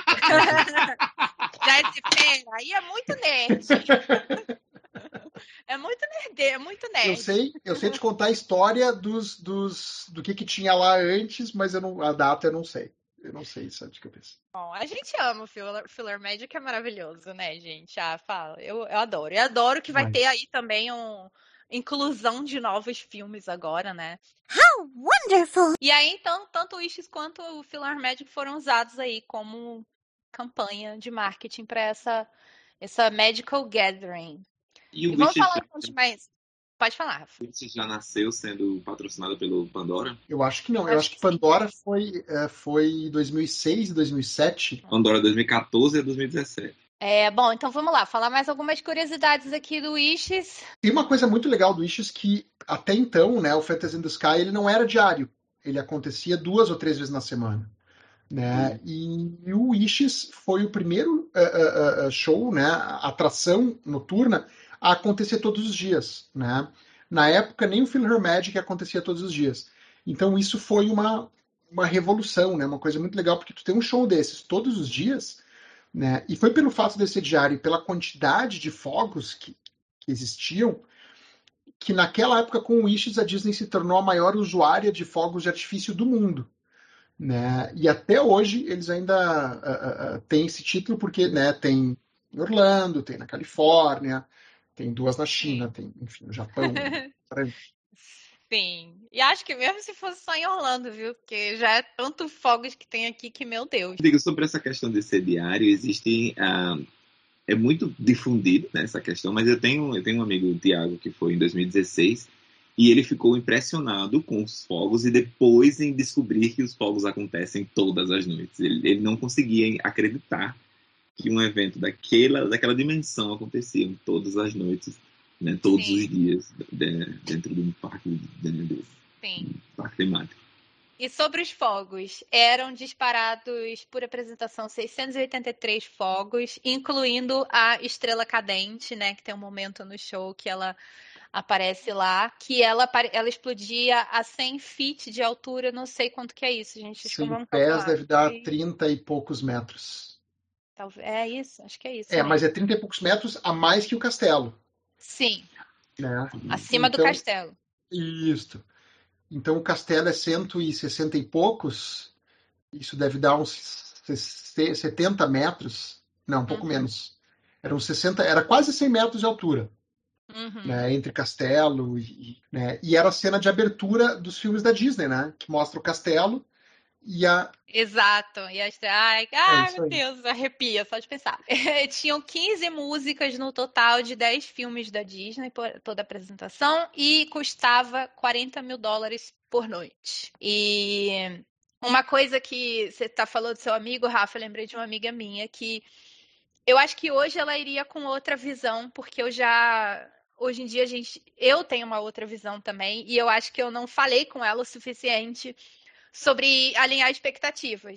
Já de pena, aí é muito nerd. É muito nerd, é muito nerd. Eu sei, eu sei te contar a história dos, dos, do que, que tinha lá antes, mas eu não, a data eu não sei. Eu não sei isso de cabeça. Bom, a gente ama o Filler, Filler Magic, é maravilhoso, né, gente? Ah, fala. Eu, eu adoro. Eu adoro que vai, vai ter aí também um inclusão de novos filmes agora, né? How wonderful! E aí, então, tanto o Wishes quanto o Filler Magic foram usados aí como campanha de marketing para essa, essa Magical Gathering. E o e vamos Wishes falar um pouco mais. Pode falar, Rafa. O Wishes já nasceu sendo patrocinado pelo Pandora? Eu acho que não. Eu acho, acho que, que Pandora foi, é, foi dois mil e seis e dois mil e sete. Pandora dois mil e quatorze e dois mil e dezessete. É, bom, então vamos lá, falar mais algumas curiosidades aqui do Wishes. Tem uma coisa muito legal do Wishes que até então, né, o Fantasy in the Sky, ele não era diário. Ele acontecia duas ou três vezes na semana. Né? Hum. E o Wishes foi o primeiro uh, uh, show, né, atração noturna a acontecer todos os dias. Né? Na época, nem o Feel Her Magic acontecia todos os dias. Então, isso foi uma, uma revolução, né? Uma coisa muito legal, porque tu tem um show desses todos os dias, né? E foi pelo fato de ser diário e pela quantidade de fogos que, que existiam, que naquela época, com o Wishes, a Disney se tornou a maior usuária de fogos de artifício do mundo. Né? E até hoje eles ainda uh, uh, têm esse título porque, né, tem em Orlando, tem na Califórnia, tem duas na China, Sim. tem, enfim, no Japão. Sim, e acho que mesmo se fosse só em Orlando, viu? Porque já é tanto fogos que tem aqui que, meu Deus. Digo, sobre essa questão de ser diário, existe... Uh, é muito difundido, né, essa questão, mas eu tenho, eu tenho um amigo, o Thiago, que foi em dois mil e dezesseis, e ele ficou impressionado com os fogos e depois em descobrir que os fogos acontecem todas as noites. Ele, ele não conseguia acreditar que um evento daquela, daquela dimensão acontecia todas as noites, né, todos Sim. os dias, de, dentro de um parque, de, de, Sim. um parque temático. E sobre os fogos, eram disparados por apresentação seiscentos e oitenta e três fogos, incluindo a Estrela Cadente, né, que tem um momento no show que ela aparece lá, que ela, ela explodia a cem feet de altura, não sei quanto que é isso, gente. Acho cem que vamos pés calcular. deve dar trinta e poucos metros. É isso, acho que é isso. É, mesmo. Mas é trinta e poucos metros a mais que o castelo. Sim, né? acima então, do castelo. Isso. Então o castelo é cento e sessenta e poucos, isso deve dar uns setenta metros, não, um pouco uhum. menos. Eram sessenta, era quase cem metros de altura. Uhum. Né, entre castelo e, né, e era a cena de abertura dos filmes da Disney, né, que mostra o castelo e a... Exato, e a... ai, ai é meu Deus, arrepia só de pensar. Tinham quinze músicas no total de dez filmes da Disney, por toda a apresentação, e custava quarenta mil dólares por noite. E uma coisa que você tá falando do seu amigo, Rafa, eu lembrei de uma amiga minha que eu acho que hoje ela iria com outra visão, porque eu já... Hoje em dia, a gente, eu tenho uma outra visão também, e eu acho que eu não falei com ela o suficiente sobre alinhar expectativas.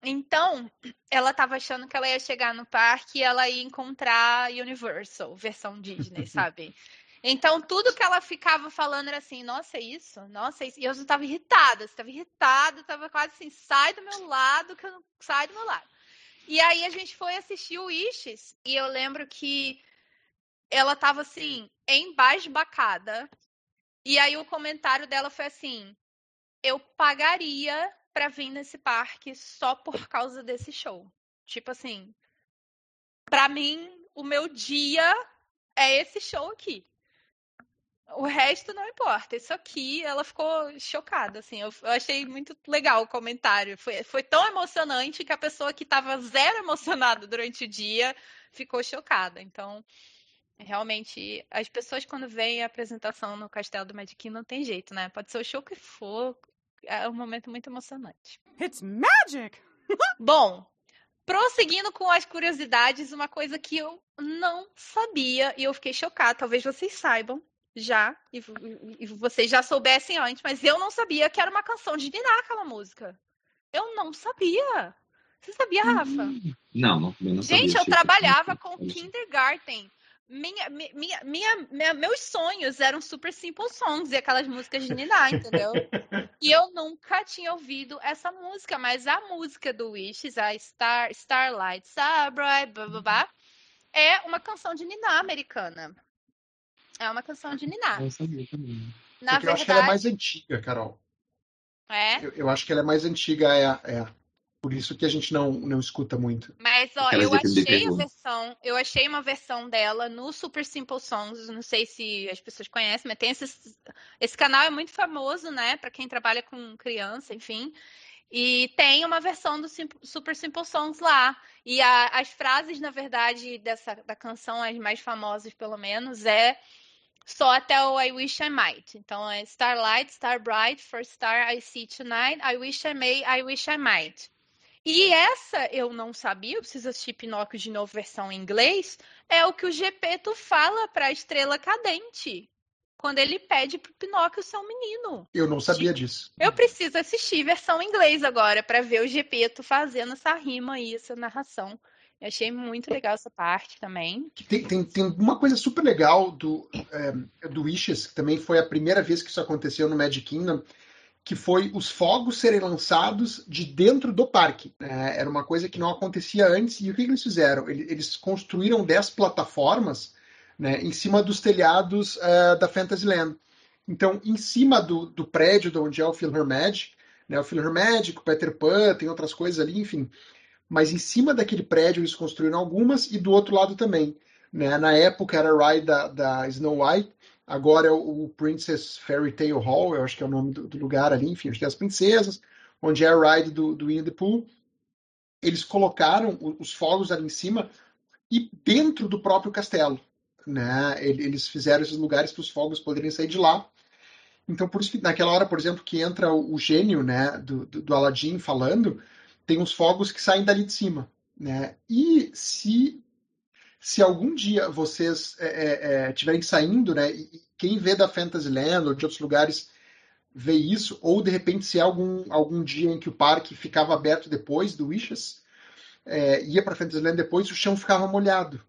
Então, ela tava achando que ela ia chegar no parque e ela ia encontrar Universal, versão Disney, sabe? Então, tudo que ela ficava falando era assim, nossa, é isso? Nossa, é isso? E eu já tava irritada, você tava irritada, tava quase assim, sai do meu lado, que eu não... sai do meu lado. E aí a gente foi assistir o Wishes, e eu lembro que ela tava assim, embasbacada. E aí o comentário dela foi assim, eu pagaria pra vir nesse parque só por causa desse show. Tipo assim, pra mim, o meu dia é esse show aqui. O resto não importa. Isso aqui, ela ficou chocada, assim. Eu, eu achei muito legal o comentário. Foi, foi tão emocionante que a pessoa que estava zero emocionada durante o dia ficou chocada. Então, realmente, as pessoas quando veem a apresentação no Castelo do Magic Kingdom não tem jeito, né? Pode ser o show que for, é um momento muito emocionante. It's magic! Bom, prosseguindo com as curiosidades, uma coisa que eu não sabia e eu fiquei chocada, talvez vocês saibam já, e, e, e vocês já soubessem antes, mas eu não sabia que era uma canção de Niná aquela música. Eu não sabia. Você sabia, Rafa? Não, não, eu não sabia. Gente, eu Tipo, trabalhava com como- kindergarten. Minha, minha, minha, minha, meus sonhos eram Super Simple Songs e aquelas músicas de Niná, entendeu? E eu nunca tinha ouvido essa música, mas a música do Wishes, a Star, Starlight, Starbright, blá, blá, blá, é uma canção de Niná americana. É uma canção de Niná. Eu sabia também. Na Porque eu verdade, acho que ela é mais antiga, Carol. é. Eu, eu acho que ela é mais antiga, é, é. Por isso que a gente não, não escuta muito. Mas, ó, Aquelas eu de filme de achei a terror. versão, eu achei uma versão dela no Super Simple Songs, não sei se as pessoas conhecem, mas tem esses, esse canal é muito famoso, né, pra quem trabalha com criança, enfim, e tem uma versão do Sim- Super Simple Songs lá, e a- as frases, na verdade, dessa, da canção, as mais famosas, pelo menos, é só até o I Wish I Might, então é Starlight, Starbright, for star I see tonight, I wish I may, I wish I might. E essa eu não sabia, eu preciso assistir Pinóquio de novo, versão em inglês, é o que o Gepeto fala para a Estrela Cadente, quando ele pede pro Pinóquio ser um menino. Eu não sabia disso. Eu preciso assistir versão em inglês agora para ver o Gepeto fazendo essa rima aí, essa narração. Eu achei muito legal essa parte também. Tem, tem, tem uma coisa super legal do, é, do Wishes, que também foi a primeira vez que isso aconteceu no Magic Kingdom, que foi os fogos serem lançados de dentro do parque. É, era uma coisa que não acontecia antes, e o que, que eles fizeram? Eles, eles construíram dez plataformas, né, em cima dos telhados uh, da Fantasyland. Então, em cima do, do prédio de onde é o Philharmagic, né, o Philharmagic, o Peter Pan, tem outras coisas ali, enfim. Mas em cima daquele prédio eles construíram algumas, e do outro lado também. Né? Na época era a ride da, da Snow White, agora é o Princess Fairy Tale Hall, eu acho que é o nome do, do lugar ali, enfim, onde tem as princesas, onde é a ride do, do Winnie the Pooh. Eles colocaram os fogos ali em cima e dentro do próprio castelo. Né? Eles fizeram esses lugares para os fogos poderem sair de lá. Então, por isso que naquela hora, por exemplo, que entra o, o gênio, né, do, do, do Aladdin falando, tem uns fogos que saem dali de cima. Né? E se... Se algum dia vocês estiverem é, é, saindo, né, e quem vê da Fantasyland ou de outros lugares vê isso, ou de repente se há algum, algum dia em que o parque ficava aberto depois do Wishes, é, ia para Fantasyland depois, o chão ficava molhado.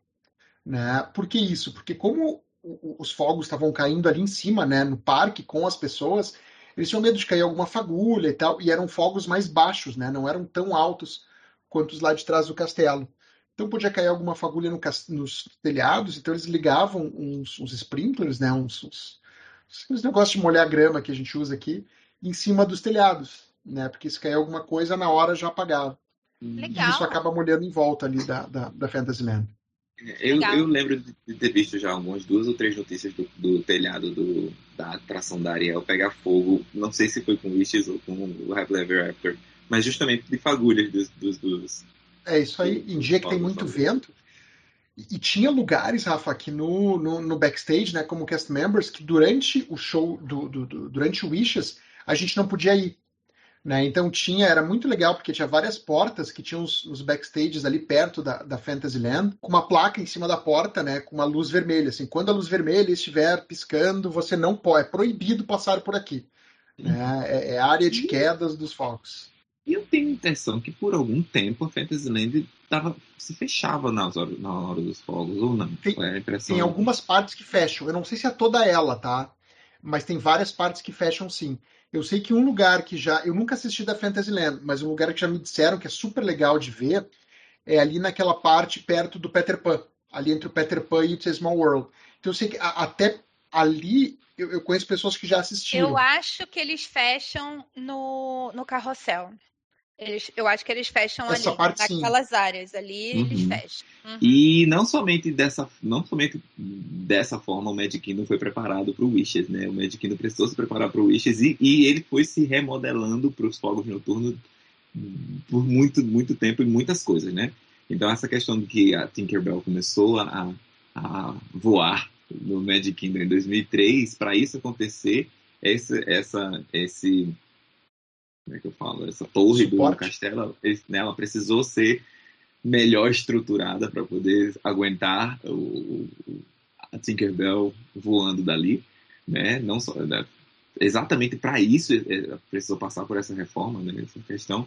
Né? Por que isso? Porque como o, os fogos estavam caindo ali em cima, né, no parque, com as pessoas, eles tinham medo de cair alguma fagulha e tal, e eram fogos mais baixos, né, não eram tão altos quanto os lá de trás do castelo. Então podia cair alguma fagulha no, nos telhados, então eles ligavam uns, uns sprinklers, né, uns, uns, uns negócios de molhar grama que a gente usa aqui, em cima dos telhados, né, porque se cair alguma coisa, na hora já apagava. Legal. E isso acaba molhando em volta ali da, da, da Fantasyland. Eu, eu lembro de ter visto já algumas duas ou três notícias do, do telhado do, da atração da Ariel pegar fogo, não sei se foi com o Wishes ou com o Happily Ever After, mas justamente de fagulhas dos, dos, dos É isso aí, em dia que tem muito vento. E, e tinha lugares, Rafa, aqui no, no, no backstage, né, como cast members, que durante o show, do, do, do, durante o Wishes, a gente não podia ir. Né? Então tinha, era muito legal, porque tinha várias portas que tinham os, os backstages ali perto da, da Fantasyland, com uma placa em cima da porta, né, com uma luz vermelha. Assim, quando a luz vermelha estiver piscando, você não pode, é proibido passar por aqui. Né? É, é área de quedas dos fogos. E eu tenho a impressão que por algum tempo a Fantasyland tava, se fechava nas horas, na hora dos fogos, ou não? Tem, É a impressão. tem algumas partes que fecham. Eu não sei se é toda ela, tá? Mas tem várias partes que fecham sim. Eu sei que um lugar que já. Eu nunca assisti da Fantasyland, mas um lugar que já me disseram que é super legal de ver é ali naquela parte perto do Peter Pan. Ali entre o Peter Pan e o It's a Small World. Então eu sei que a, até ali eu, eu conheço pessoas que já assistiram. Eu acho que eles fecham no, no carrossel. Eles, eu acho que eles fecham Essa ali, parte, sim. naquelas áreas ali, eles Uhum. fecham. Uhum. E não somente dessa, não somente dessa forma o Magic Kingdom foi preparado para o Wishes, né? O Magic Kingdom precisou se preparar para o Wishes e, e ele foi se remodelando para os fogos noturnos por muito, muito tempo e muitas coisas, né? Então essa questão de que a Tinkerbell começou a, a voar no Magic Kingdom em dois mil e três, para isso acontecer, essa, essa, esse, como é que eu falo? Essa torre Suporte. do castelo, né, ela precisou ser melhor estruturada para poder aguentar o, a Tinkerbell voando dali, né? Não só, né? Exatamente para isso precisou passar por essa reforma, né? Essa questão.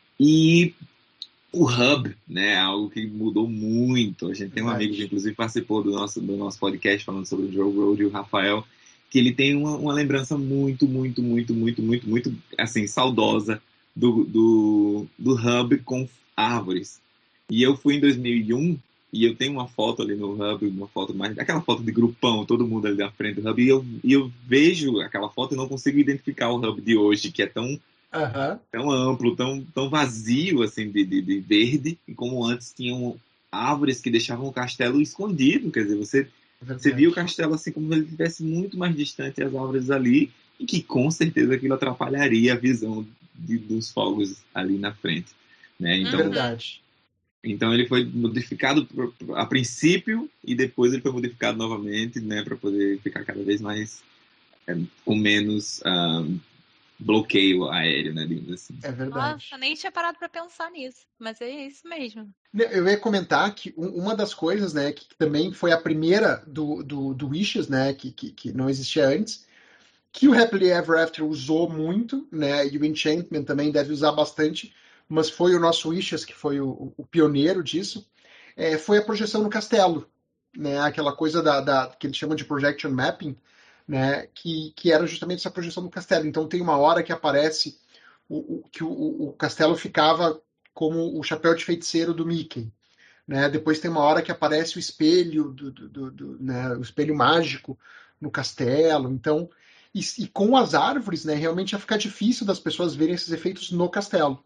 E o Hub, né? Algo que mudou muito. A gente tem um Verdade. amigo que inclusive participou do nosso, do nosso podcast falando sobre o Joe Road e o Rafael, que ele tem uma, uma lembrança muito, muito, muito, muito, muito, muito, assim, saudosa do, do, do Hub com árvores. E eu fui em dois mil e um e eu tenho uma foto ali no Hub, uma foto mais, aquela foto de grupão, todo mundo ali da frente do Hub, e eu, e eu vejo aquela foto e não consigo identificar o Hub de hoje, que é tão, Uhum. tão amplo, tão, tão vazio, assim, de, de, de verde, e como antes tinham árvores que deixavam o castelo escondido, quer dizer, você, você via o castelo assim como se ele estivesse muito mais distante das árvores ali, e que com certeza aquilo atrapalharia a visão de, dos fogos ali na frente, né? Então, Verdade. Então ele foi modificado a princípio e depois ele foi modificado novamente, né, para poder ficar cada vez mais é, com menos um, bloqueio aéreo, né, digamos assim. É verdade. Nossa, nem tinha parado para pensar nisso, mas é isso mesmo. Eu ia comentar que uma das coisas, né, que também foi a primeira do, do, do Wishes, né, que, que, que não existia antes, que o Happily Ever After usou muito, né, e o Enchantment também deve usar bastante, mas foi o nosso Wishes que foi o, o pioneiro disso, é, foi a projeção no castelo, né, aquela coisa da, da, que eles chamam de projection mapping, né, que, que era justamente essa projeção no castelo. Então tem uma hora que aparece o, o, que o, o castelo ficava como o chapéu de feiticeiro do Mickey, né, depois tem uma hora que aparece o espelho, do, do, do, do, né, o espelho mágico no castelo, então... E, e com as árvores, né, realmente ia ficar difícil das pessoas verem esses efeitos no castelo.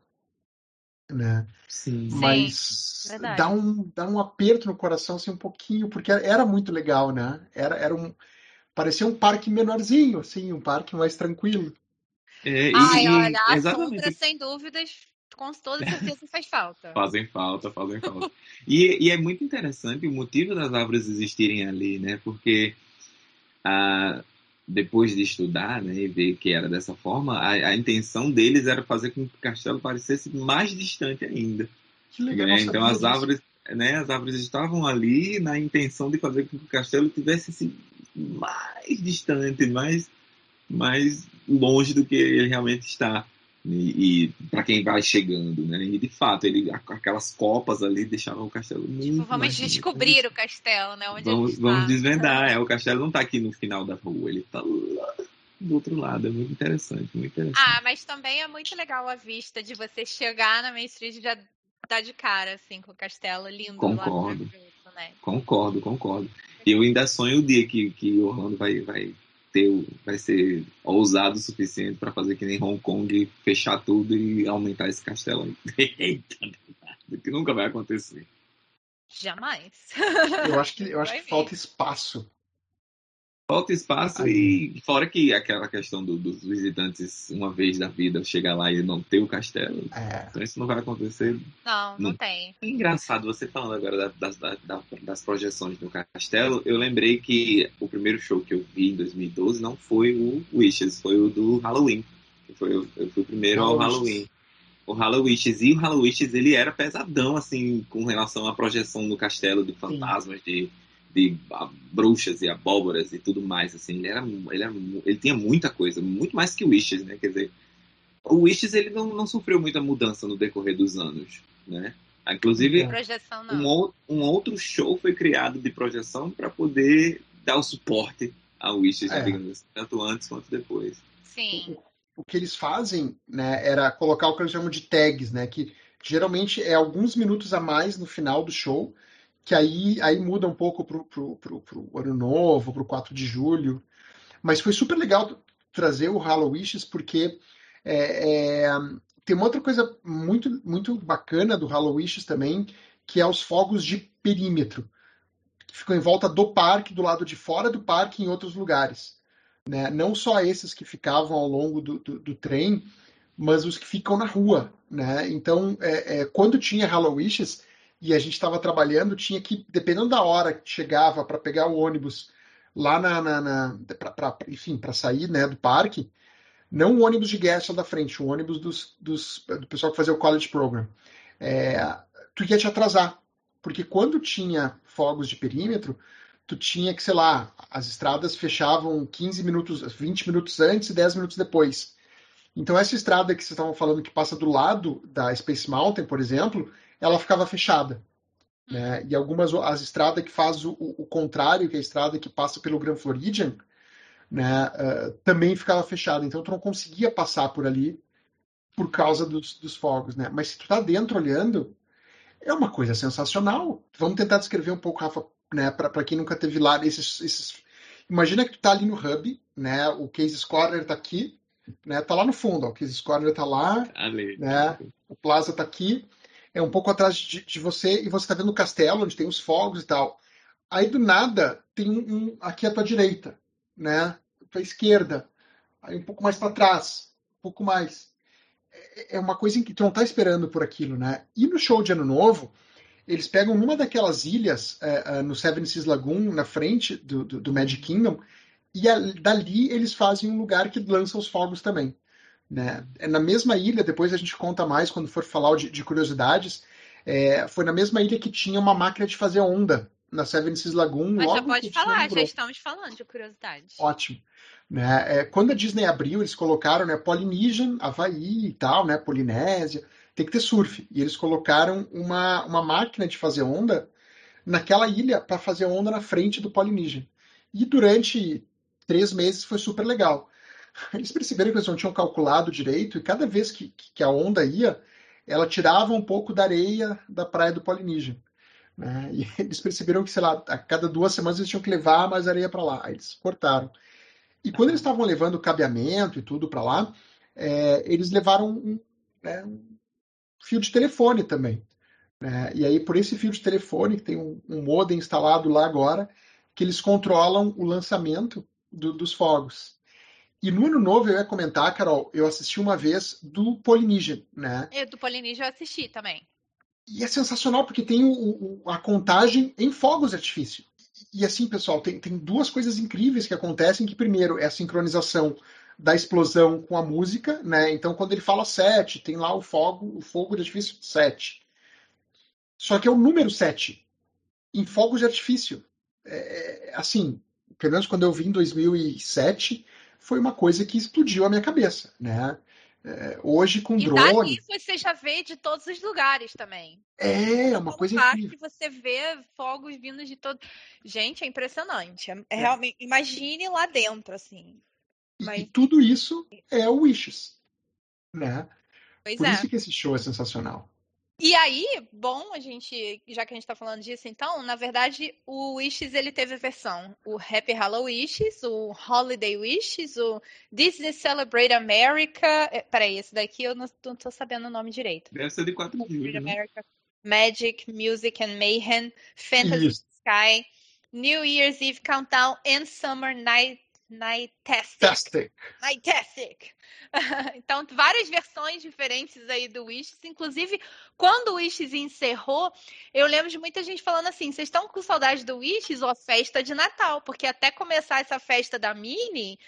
Né? Sim. Mas Sim, verdade. dá um, dá um aperto no coração assim, um pouquinho, porque era muito legal, né? Era, era um, parecia um parque menorzinho, assim, um parque mais tranquilo. É, e, Ai, e- olha, a exatamente. sombra, sem dúvidas, com toda certeza faz falta. Fazem falta, fazem falta. E, e é muito interessante o motivo das árvores existirem ali, né? Porque ah, depois de estudar, né, e ver que era dessa forma, a, a intenção deles era fazer com que o castelo parecesse mais distante ainda. Que legal, Né? não Então sabia as disso. árvores, né, as árvores estavam ali na intenção de fazer com que o castelo tivesse assim, mais distante, mais, mais longe do que ele realmente está. E, e para quem vai chegando, né? E de fato, ele, aquelas copas ali deixavam o castelo muito Tipo, vamos mais descobrir o castelo, né? Onde Vamos, ele está. vamos desvendar. É, o castelo não está aqui no final da rua, ele está lá do outro lado. É muito interessante, muito interessante. Ah, mas também é muito legal a vista de você chegar na Main Street e já dar de cara, assim, com o castelo lindo. Concordo. Lá pra... né? Concordo, concordo. E eu ainda sonho o dia que, que Orlando vai, vai ter, vai ser ousado o suficiente para fazer que nem Hong Kong, fechar tudo e aumentar esse castelo aí. Eita, que nunca vai acontecer. Jamais. Eu acho que, eu acho Vai que vir. falta espaço. Falta espaço Aí. e fora que aquela questão do, dos visitantes, uma vez da vida, chegar lá e não ter o castelo. É, Então isso não vai acontecer. Não, não Não. tem. É engraçado, você falando agora das, das, das, das projeções no castelo, eu lembrei que o primeiro show que eu vi em dois mil e doze não foi o Wishes, foi o do Halloween. Foi, eu, eu fui o primeiro ao Halloween. O Halloween. E o Halloween, ele era pesadão, assim, com relação à projeção no castelo de fantasmas, de, de a, bruxas e abóboras e tudo mais, assim. Ele, era, ele, era, ele tinha muita coisa, muito mais que o Wishes, né? Quer dizer, O Wishes, ele não, não sofreu muita mudança no decorrer dos anos, né? Inclusive, Projeção, não. um, ou- um outro show foi criado de projeção para poder dar o suporte ao Wishes, É. digamos assim, tanto antes quanto depois. Sim. O que eles fazem, né, era colocar o que eles chamam de tags, né, que geralmente é alguns minutos a mais no final do show, que aí, aí muda um pouco pro, pro, pro, pro Ano Novo, pro quatro de julho. Mas foi super legal trazer o Halo Wishes, porque é, é, tem uma outra coisa muito, muito bacana do Halo Wishes também, que é os fogos de perímetro, que ficam em volta do parque, do lado de fora do parque, em outros lugares. Né? Não só esses que ficavam ao longo do, do, do trem, mas os que ficam na rua. Né? Então, é, é, quando tinha Halo Wishes e a gente estava trabalhando, tinha que, dependendo da hora que chegava para pegar o ônibus lá na, na, na pra, pra, enfim, para sair, né, do parque, não o ônibus de guest lá da frente, o ônibus dos, dos, do pessoal que fazia o college program, é, tu ia te atrasar, porque quando tinha fogos de perímetro, tu tinha que, sei lá, as estradas fechavam quinze minutos, vinte minutos antes e dez minutos depois. Então essa estrada que vocês estavam falando que passa do lado da Space Mountain, por exemplo, ela ficava fechada. Né? E algumas as estradas que faz o, o contrário, que é a estrada que passa pelo Grand Floridian, né, uh, também ficava fechada. Então tu não conseguia passar por ali por causa dos, dos fogos. Né? Mas se tu tá dentro olhando, é uma coisa sensacional. Vamos tentar descrever um pouco, Rafa, né, para quem nunca teve lá esses, esses... Imagina que tu tá ali no hub, né, o Case Corner tá aqui, né, tá lá no fundo, ó, o Case Corner tá lá, Ali. né, o Plaza tá aqui, é um pouco atrás de, de você, e você tá vendo o castelo, onde tem os fogos e tal. Aí, do nada, tem um, um aqui à tua direita, né, à tua esquerda, aí um pouco mais para trás, um pouco mais. É, é uma coisa em que tu não tá esperando por aquilo, né. E no show de Ano Novo, eles pegam numa daquelas ilhas, é, é, no Seven Seas Lagoon, na frente do, do, do Magic Kingdom, e a, dali eles fazem um lugar que lança os fogos também. Né? É na mesma ilha, depois a gente conta mais quando for falar de, de curiosidades, é, foi na mesma ilha que tinha uma máquina de fazer onda, na Seven Seas Lagoon. Mas logo já pode que Disney falar, já inaugurou. estamos falando de curiosidade. Ótimo. Né? É, quando a Disney abriu, eles colocaram, né, Polynesian, Havaí e tal, né, Polinésia, tem que ter surf. E eles colocaram uma, uma máquina de fazer onda naquela ilha para fazer onda na frente do Polynesian. E durante três meses foi super legal. Eles perceberam que eles não tinham calculado direito e cada vez que, que a onda ia, ela tirava um pouco da areia da praia do Polynesian. Né? E eles perceberam que, sei lá, a cada duas semanas eles tinham que levar mais areia para lá. Aí eles cortaram. E quando eles estavam levando o cabeamento e tudo para lá, é, eles levaram um, né, um fio de telefone também. Né? E aí, por esse fio de telefone, que tem um, um modem instalado lá agora, que eles controlam o lançamento do, dos fogos. E no Ano Novo, eu ia comentar, Carol, eu assisti uma vez do Polynesian, né? Eu do Polynesian eu assisti também. E é sensacional, porque tem o, o, a contagem em fogos de artifício. E assim, pessoal, tem, tem duas coisas incríveis que acontecem, que primeiro é a sincronização da explosão com a música, né? Então, quando ele fala sete, tem lá o fogo, o fogo de artifício sete. Só que é o número sete em fogos de artifício. É, assim, pelo menos quando eu vi em dois mil e sete, foi uma coisa que explodiu a minha cabeça, né? É, hoje com e drone... E dali você já vê de todos os lugares também. É, é uma coisa incrível. Você vê fogos vindos de todo... Gente, é impressionante. É, é. Realmente, imagine lá dentro, assim. Mas... E, e tudo isso é o Wishes, né? Pois Por é. isso que esse show é sensacional. E aí, bom, a gente, já que a gente tá falando disso, então, na verdade, o Wishes, ele teve a versão, o Happy Halo Wishes, o Holiday Wishes, o Disney Celebrate America, é, peraí, esse daqui eu não, não tô sabendo o nome direito. Deve ser de quatro de julho, né? America, Magic, Music and Mayhem, Fantasy Isso. Sky, New Year's Eve Countdown and Summer Night Nightastic. Tastic. Nightastic. Então, várias versões diferentes aí do Wishes. Inclusive, quando o Wishes encerrou, eu lembro de muita gente falando assim, vocês estão com saudade do Wishes ou a festa de Natal? Porque até começar essa festa da Minnie,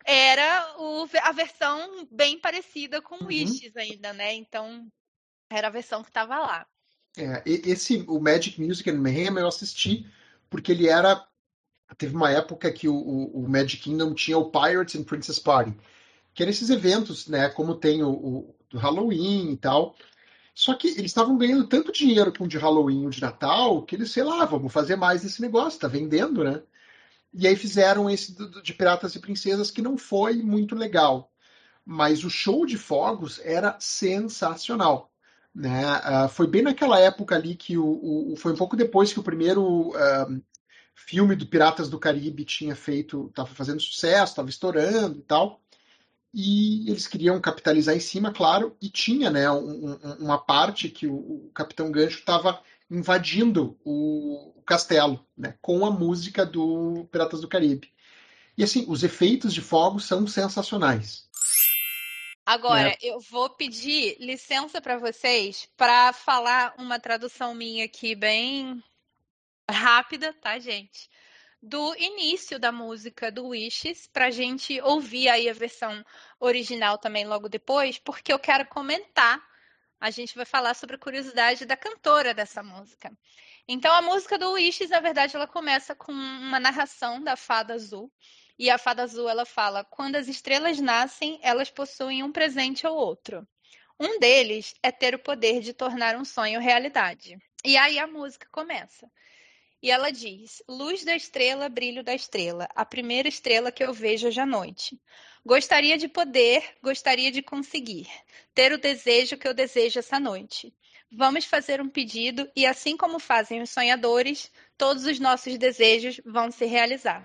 era o, a versão bem parecida com o Wishes uhum. ainda, né? Então, era a versão que estava lá. É, esse, o Magic Music and Mayhem, eu assisti, porque ele era... Teve uma época que o, o, o Magic Kingdom tinha o Pirates and Princess Party, que eram esses eventos, né, como tem o, o do Halloween e tal. Só que eles estavam ganhando tanto dinheiro com o de Halloween e o de Natal, que eles, sei lá, vamos fazer mais desse negócio, tá vendendo, né? E aí fizeram esse de Piratas e Princesas, que não foi muito legal. Mas o show de fogos era sensacional. Né? Uh, foi bem naquela época ali que o, o foi um pouco depois que o primeiro uh, filme do Piratas do Caribe tinha feito, estava fazendo sucesso, estava estourando e tal. E eles queriam capitalizar em cima, claro, e tinha, né, um, um, uma parte que o, o Capitão Gancho estava invadindo o, o castelo, né, com a música do Piratas do Caribe. E assim, os efeitos de fogo são sensacionais. Agora, é. eu vou pedir licença para vocês para falar uma tradução minha aqui bem rápida, tá, gente? Do início da música do Wishes, pra gente ouvir aí a versão original também logo depois, porque eu quero comentar, a gente vai falar sobre a curiosidade da cantora dessa música. Então, a música do Wishes, na verdade, ela começa com uma narração da Fada Azul, e a Fada Azul, ela fala, quando as estrelas nascem, elas possuem um presente ou outro. Um deles é ter o poder de tornar um sonho realidade. E aí a música começa. E ela diz, luz da estrela, brilho da estrela, a primeira estrela que eu vejo hoje à noite. Gostaria de poder, gostaria de conseguir, ter o desejo que eu desejo essa noite. Vamos fazer um pedido e assim como fazem os sonhadores, todos os nossos desejos vão se realizar.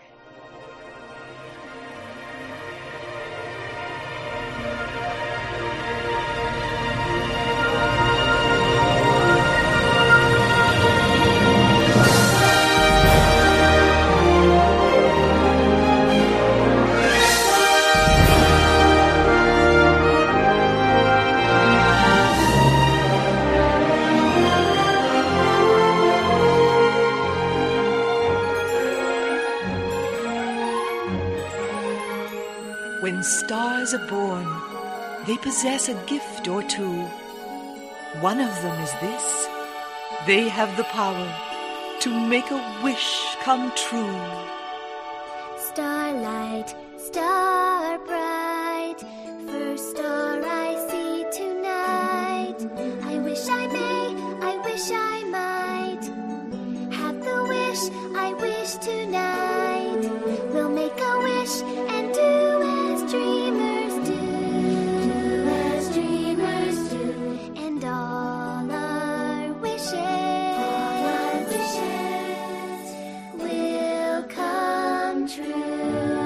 When stars are born, they possess a gift or two. One of them is this. They have the power to make a wish come true. Starlight, star bright, first star I see tonight. I wish I may, I wish I might have the wish I wish tonight. We'll make a wish and do as dreamers do, do as dreamers do, and all our wishes, all our wishes will come true.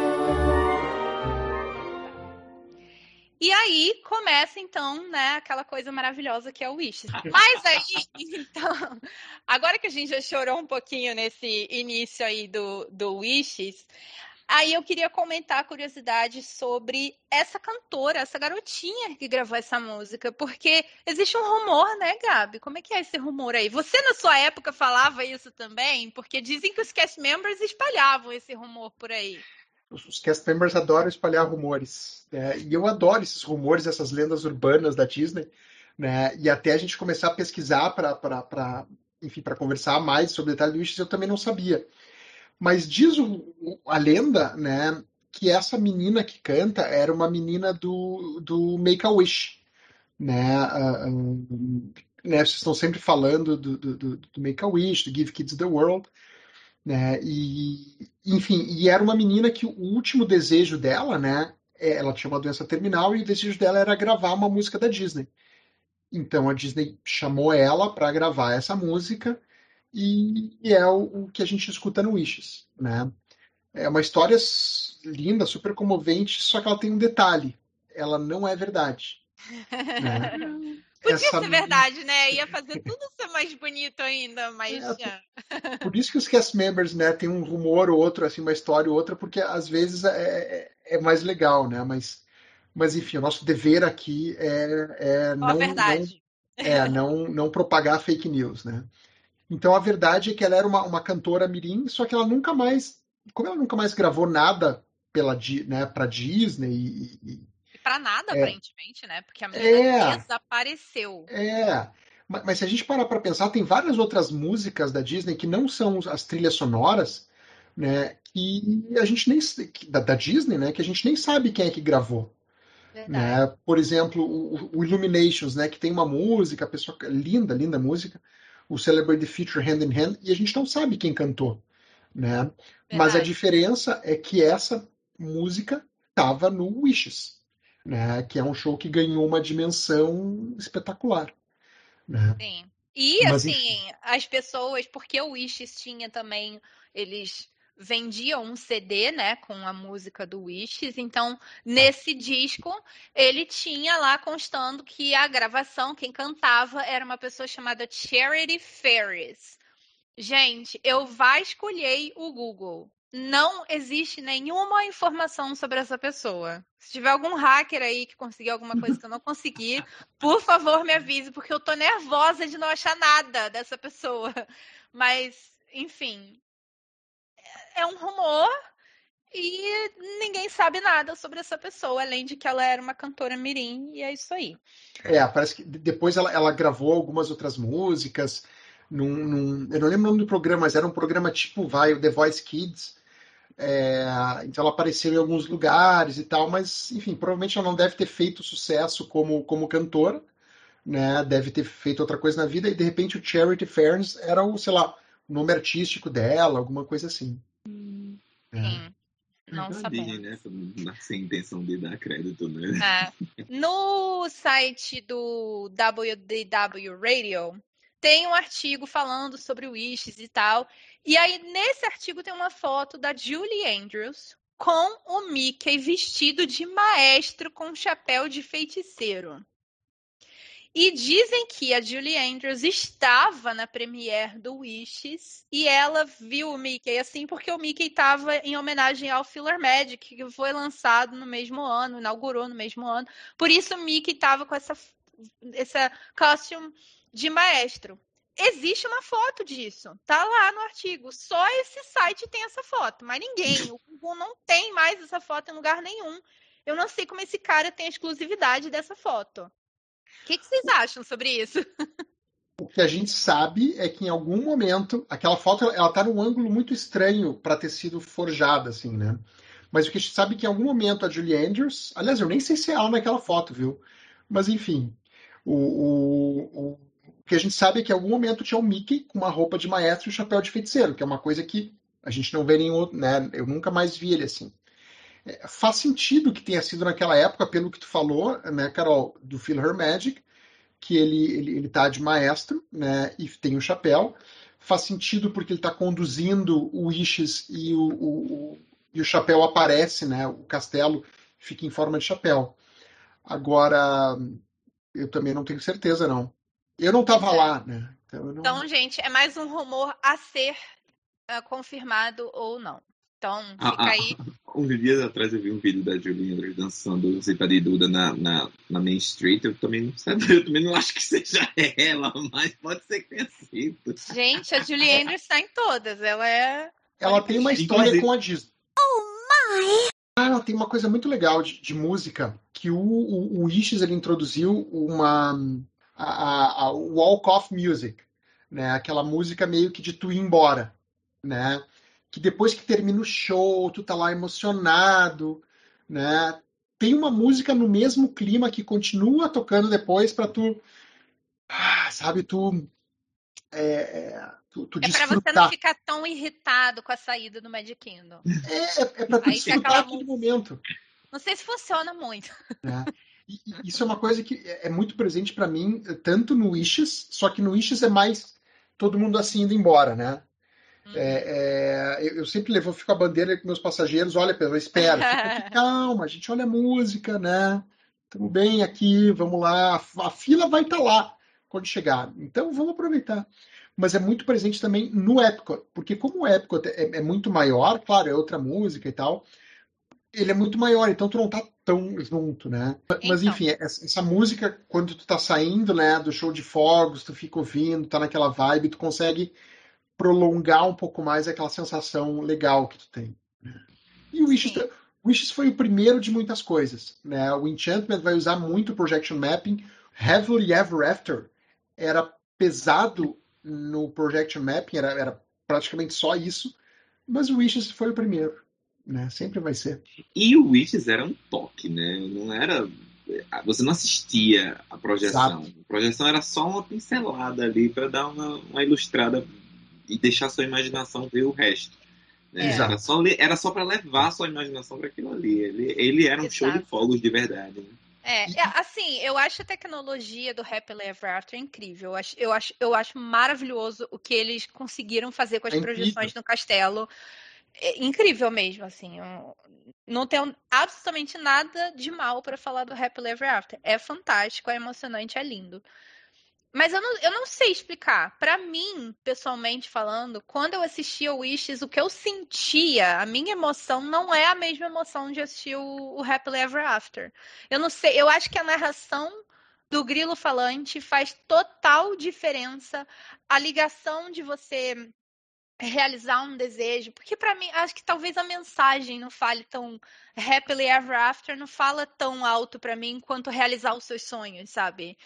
E aí começa então, né, aquela coisa maravilhosa que é o Wishes. Mas aí, então, agora que a gente já chorou um pouquinho nesse início aí do, do Wishes, aí eu queria comentar a curiosidade sobre essa cantora, essa garotinha que gravou essa música, porque existe um rumor, né, Gabi? Como é que é esse rumor aí? Você, na sua época, falava isso também? Porque dizem que os cast members espalhavam esse rumor por aí. Os cast members adoram espalhar rumores, né? E eu adoro esses rumores, essas lendas urbanas da Disney, né? E até a gente começar a pesquisar para, enfim, para conversar mais sobre detalhes do Wishes, eu também não sabia. Mas diz o, a lenda, né, que essa menina que canta era uma menina do, do Make-A-Wish, né? Uh, um, né? Vocês estão sempre falando do, do, do, do Make-A-Wish, do Give Kids the World, né? E, enfim, e era uma menina que o último desejo dela, né, ela tinha uma doença terminal e o desejo dela era gravar uma música da Disney. Então a Disney chamou ela para gravar essa música e, e é o, o que a gente escuta no Wishes, né? É uma história linda, super comovente, só que ela tem um detalhe, ela não é verdade. Né? Podia Essa... ser verdade, né? Ia fazer tudo ser mais bonito ainda, mas... É, por isso que os cast members, né, tem um rumor ou outro, assim, uma história ou outra, porque às vezes é, é mais legal, né? Mas, mas enfim, o nosso dever aqui é, é, não, verdade. não, é não, não propagar fake news, né? Então a verdade é que ela era uma, uma cantora mirim, só que ela nunca mais, como ela nunca mais gravou nada pela, né, pra Disney e, e pra nada, é, aparentemente, né? Porque a menina é, desapareceu. É, mas, mas se a gente parar pra pensar, tem várias outras músicas da Disney que não são as trilhas sonoras, né? Que a gente nem da, da Disney, né? Que a gente nem sabe quem é que gravou, Verdade. né? Por exemplo, o, o Illuminations, né? Que tem uma música, a pessoa linda, linda música, o Celebrate the Future Hand in Hand, e a gente não sabe quem cantou, né? Mas a Verdade. diferença é que essa música estava no Wishes, né? Que é um show que ganhou uma dimensão espetacular, né? Sim. E Mas, assim, as pessoas, porque o Wishes tinha também, eles vendiam um C D, né, com a música do Wishes, então nesse disco ele tinha lá constando que a gravação, quem cantava era uma pessoa chamada Charity Ferris. Gente, eu vasculhei o Google. Não existe nenhuma informação sobre essa pessoa. Se tiver algum hacker aí que conseguir alguma coisa que eu não consegui, por favor me avise, porque eu tô nervosa de não achar nada dessa pessoa. Mas, enfim, é um rumor e ninguém sabe nada sobre essa pessoa, além de que ela era uma cantora mirim, e é isso aí. É, parece que depois ela, ela gravou algumas outras músicas. Num, num, eu não lembro o nome do programa, mas era um programa tipo, vai, o The Voice Kids. É, então ela apareceu em alguns lugares e tal, mas, enfim, provavelmente ela não deve ter feito sucesso como, como cantora, né? Deve ter feito outra coisa na vida, e de repente o Charity Ferris era o, sei lá, o nome artístico dela, alguma coisa assim. É. Sim, não Tadinha, sabemos. né? Sem intenção de dar crédito, né? É. No site do W D W Radio tem um artigo falando sobre o Wishes e tal. E aí, nesse artigo, tem uma foto da Julie Andrews com o Mickey vestido de maestro com chapéu de feiticeiro. E dizem que a Julie Andrews estava na premiere do Wishes e ela viu o Mickey assim porque o Mickey estava em homenagem ao PhilharMagic, que foi lançado no mesmo ano, inaugurou no mesmo ano. Por isso o Mickey estava com essa, essa costume de maestro. Existe uma foto disso, tá lá no artigo. Só esse site tem essa foto, mas ninguém. O Google não tem mais essa foto em lugar nenhum. Eu não sei como esse cara tem a exclusividade dessa foto. O que, que vocês acham sobre isso? O que a gente sabe é que em algum momento, aquela foto ela tá num ângulo muito estranho para ter sido forjada, assim, né? Mas o que a gente sabe é que em algum momento a Julie Andrews, aliás, eu nem sei se é ela naquela foto, viu? Mas enfim, o, o, o, o que a gente sabe é que em algum momento tinha o Mickey com uma roupa de maestro e um chapéu de feiticeiro, que é uma coisa que a gente não vê nenhum outro, né? Eu nunca mais vi ele assim. É, faz sentido que tenha sido naquela época, pelo que tu falou, né, Carol, do PhilharMagic, que ele, ele, ele tá de maestro, né, e tem o chapéu. Faz sentido porque ele está conduzindo o Wishes e o, o, o, e o chapéu aparece, né, o castelo fica em forma de chapéu. Agora, eu também não tenho certeza, não. Eu não estava lá, né? Então, eu não... Então, gente, é mais um rumor a ser uh, confirmado ou não. Então, fica Ah, ah, aí. Uns dias atrás eu vi um vídeo da Julie Andrews dançando Zipa de Duda na, na, na Main Street. Eu também não sei, eu também não acho que seja ela, mas pode ser que tenha sido. Gente, a Julie Andrews está em todas. Ela é. Ela tem uma história Inclusive... com a Disney. Ah, ela tem uma coisa muito legal de, de música, que o, o, o Wishes ele introduziu uma a, a, a walk-off music, né? Aquela música meio que de tu ir embora, né? Que depois que termina o show, tu tá lá emocionado, né? Tem uma música no mesmo clima que continua tocando depois pra tu, ah, sabe, tu é, é, tu, tu É pra você desfrutar. não ficar tão irritado com a saída do Magic Kingdom. É, é, é pra tu Aí fica desfrutar aquela aquele música. momento. Não sei se funciona muito. Né? E, e isso é uma coisa que é muito presente pra mim, tanto no Wishes, só que no Wishes é mais todo mundo assim indo embora, né? Uhum. É, é, eu, eu sempre levo, fico a bandeira com meus passageiros, olha, Pedro, espera, fica aqui, calma, a gente olha a música, né? Estamos bem aqui, vamos lá, a, a fila vai estar lá quando chegar, então vamos aproveitar. Mas é muito presente também no Epcot, porque como o Epcot é, é muito maior, claro, é outra música e tal, ele é muito maior, então tu não tá tão junto, né? Mas Então. enfim, essa, essa música, quando tu tá saindo, né, do show de fogos, tu fica ouvindo, tá naquela vibe, tu consegue prolongar um pouco mais aquela sensação legal que tu tem. Né? E o Wishes, o Wishes foi o primeiro de muitas coisas. Né? O Enchantment vai usar muito Projection Mapping. Happily Ever After era pesado no Projection Mapping, era, era praticamente só isso, mas o Wishes foi o primeiro. né? Sempre vai ser. E o Wishes era um toque, né? Não era... Você não assistia a projeção. Exato. A projeção era só uma pincelada ali para dar uma, uma ilustrada e deixar a sua imaginação ver o resto. Né? É. Era só, era só para levar a sua imaginação para aquilo ali. Ele, ele era um show de Exato. fogos de verdade. Né? É, é, assim, eu acho a tecnologia do Happily Ever After incrível. Eu acho, eu acho, eu acho maravilhoso o que eles conseguiram fazer com as É projeções incrível. no castelo. É incrível mesmo, assim. Eu não tenho absolutamente nada de mal para falar do Happily Ever After. É fantástico, é emocionante, é lindo. Mas eu não, eu não sei explicar. Pra mim, pessoalmente falando, quando eu assistia o Wishes, o que eu sentia, a minha emoção não é a mesma emoção de assistir o, o Happily Ever After. Eu não sei, eu acho que a narração do grilo falante faz total diferença. A ligação de você realizar um desejo, porque pra mim, acho que talvez a mensagem não fale tão Happily Ever After, não fala tão alto pra mim quanto realizar os seus sonhos, sabe?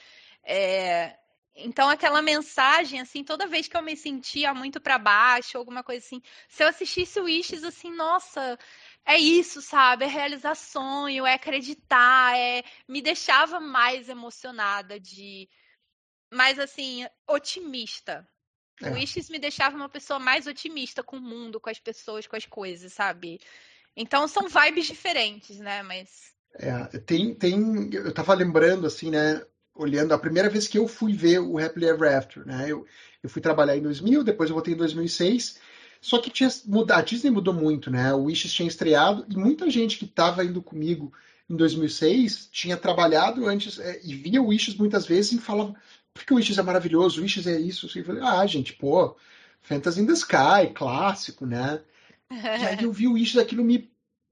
É, então aquela mensagem, assim, toda vez que eu me sentia muito pra baixo, alguma coisa assim, se eu assistisse o Wishes, assim, nossa, é isso, sabe? É realizar sonho, é acreditar, é... me deixava mais emocionada, de mais, assim, otimista. O É. Wishes me deixava uma pessoa mais otimista com o mundo, com as pessoas, com as coisas, sabe? Então são vibes diferentes, né? Mas... É, tem, tem, eu tava lembrando, assim, né, olhando, a primeira vez que eu fui ver o Happily Ever After, né, eu, eu fui trabalhar em dois mil, depois eu voltei em dois mil e seis, só que tinha mudado, a Disney mudou muito, né, o Wishes tinha estreado, e muita gente que estava indo comigo em dois mil e seis tinha trabalhado antes, é, e via o Wishes muitas vezes e falava, por que o Wishes é maravilhoso, o Wishes é isso, assim, eu falei, ah, gente, pô, Fantasy in the Sky, clássico, né, e aí eu vi o Wishes, aquilo me,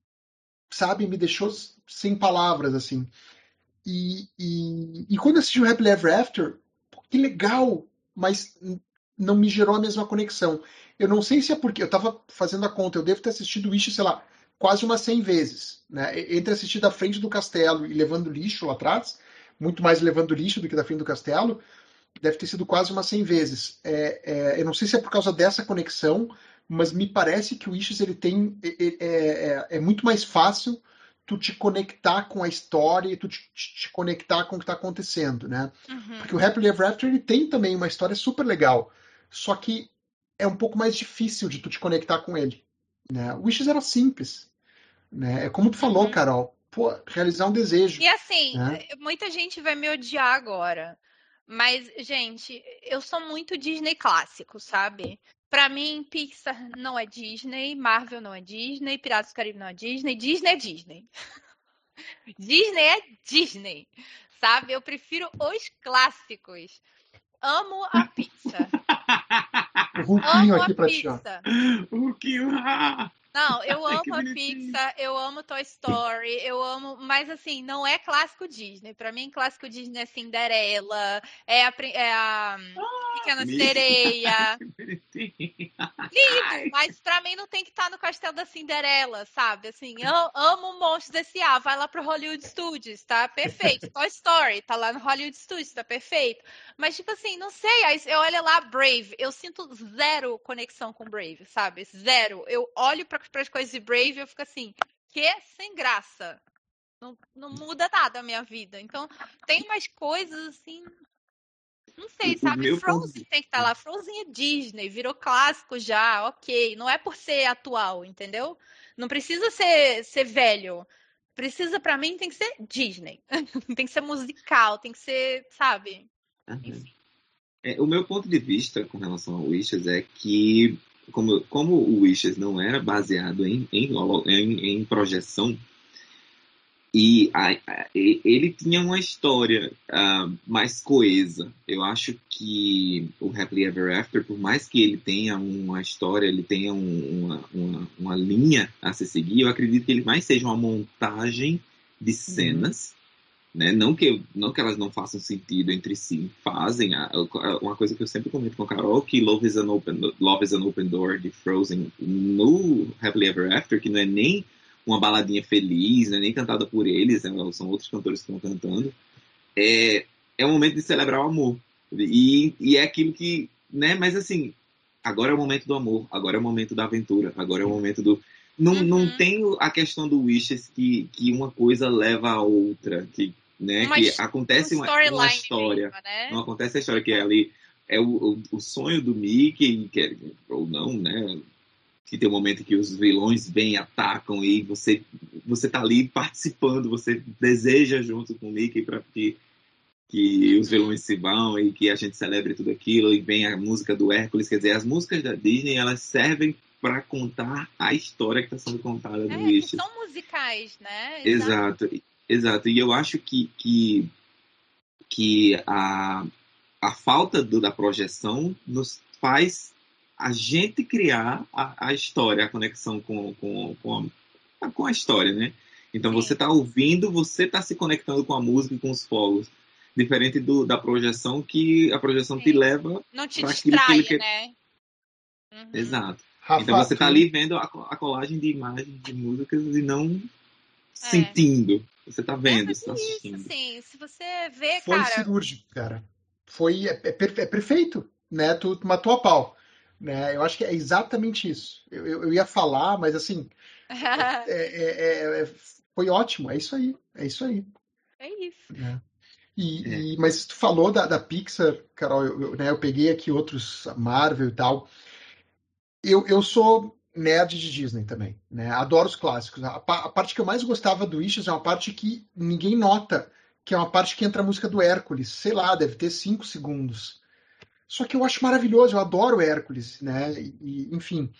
sabe, me deixou sem palavras, assim. E, e, e quando eu assisti o Happily Ever After, pô, que legal, mas não me gerou a mesma conexão. Eu não sei se é porque eu estava fazendo a conta, eu devo ter assistido o Wish, sei lá, quase umas cem vezes. Né? Entre assistir da frente do castelo e levando lixo lá atrás, muito mais levando lixo do que da frente do castelo, deve ter sido quase umas cem vezes. É, é, eu não sei se é por causa dessa conexão, mas me parece que o Wishes ele tem é, é, é muito mais fácil tu te conectar com a história e tu te, te conectar com o que está acontecendo, né? Uhum. Porque o Happily Ever After ele tem também uma história super legal, só que é um pouco mais difícil de tu te conectar com ele. Né? O Wishes era simples, né? É como tu falou, Uhum. Carol, pô, realizar um desejo. E assim, né? muita gente vai me odiar agora. Mas, gente, eu sou muito Disney clássico, sabe? Pra mim, Pixar não é Disney, Marvel não é Disney, Piratas do Caribe não é Disney, Disney é Disney. Disney é Disney, sabe? Eu prefiro os clássicos. Amo a Pixar. O Hulkinho Amo aqui a pra ti, ó. Pixar. O que... Não, eu Ai, amo que a bonitinho. Pixar, eu amo Toy Story, eu amo, mas assim, não é clássico Disney. Pra mim, clássico Disney é Cinderela, é a, pri- é a Pequena Me- Sereia. Que bonitinho. Lindo, mas pra mim não tem que estar no Castelo da Cinderela, sabe? Assim, eu amo Monstros S A, vai lá pro Hollywood Studios, tá perfeito. Toy Story, tá lá no Hollywood Studios, tá perfeito. Mas, tipo assim, não sei, aí eu olho lá, Brave, eu sinto zero conexão com Brave, sabe? Zero. Eu olho pra, pras coisas de Brave e eu fico assim, que sem graça. Não, não muda nada a minha vida. Então, tem umas coisas assim... Não sei, O- o sabe? meu ponto Frozen tem que estar lá. Frozen é Disney, virou clássico já, ok. Não é por ser atual, entendeu? Não precisa ser, ser velho. Precisa, pra mim, tem que ser Disney. Tem que ser musical, tem que ser, sabe? Uhum. É, o meu ponto de vista com relação ao Wishes é que, como, como o Wishes não era baseado em, em, em, em projeção, e a, a, e- ele tinha uma história ah, mais coesa. Eu acho que o Happily Ever After, por mais que ele tenha uma história, ele tenha um- uma, uma, uma linha a se seguir, eu acredito que ele mais seja uma montagem de cenas, né? Não que, não que elas não façam sentido entre si, fazem. A- a- Uma coisa que eu sempre comento com a Carol, que Love is an Open, Love is an Open Door de Frozen no Happily Ever After, que não é nem uma baladinha feliz, né, nem cantada por eles, né, são outros cantores que estão cantando, é, é um momento de celebrar o amor. E, e é aquilo que, né, mas assim, agora é o momento do amor, agora é o momento da aventura, agora é o momento do, não, Uhum. não tem a questão do Wishes que, que uma coisa leva a outra, que, né, Uma que his- acontece um uma, uma storyline história. mesmo, né? Não acontece a história que é ali. É o, o, o sonho do Mickey, que é- ou não, né? Que tem um momento que os vilões vêm, atacam e você, você tá ali participando, você deseja junto com o Mickey para que, que os vilões se vão e que a gente celebre tudo aquilo, e vem a música do Hércules. Quer dizer, as músicas da Disney, elas servem para contar a história que está sendo contada no É, que Wishes. são musicais, né? Exato, exato. E eu acho que, que, que a, a falta do- da projeção nos faz a gente criar a, a história, a conexão com, com, com, a, com a história, né? Então Sim. você está ouvindo, você está se conectando com a música e com os fogos. Diferente do, da projeção, que a projeção te Sim. leva Não te para aquilo que distrai, ele quer. né? Uhum. Exato. Rafa, Então você está tu- ali vendo a, a colagem de imagens, de músicas e não sentindo. Você está vendo, você está Isso, assistindo. assim, se você vê, foi cara... cirúrgico, cara. Foi, é, é, per- é perfeito, né? Tu, tu matou a pau. Né? Eu acho que é exatamente isso. Eu, eu, eu ia falar, mas assim, é, é, é, foi ótimo. É isso aí. É isso aí. É isso. Né? E, É. e- mas tu falou da, da Pixar, Carol, eu, eu, né, eu peguei aqui outros, Marvel e tal. Eu, eu sou nerd de Disney também, né? Adoro os clássicos. A, pa- a parte que eu mais gostava do Wishes é uma parte que ninguém nota, que é uma parte que entra a música do Hércules. Sei lá, deve ter cinco segundos. Só que eu acho maravilhoso, eu adoro o Hércules, né? E, enfim.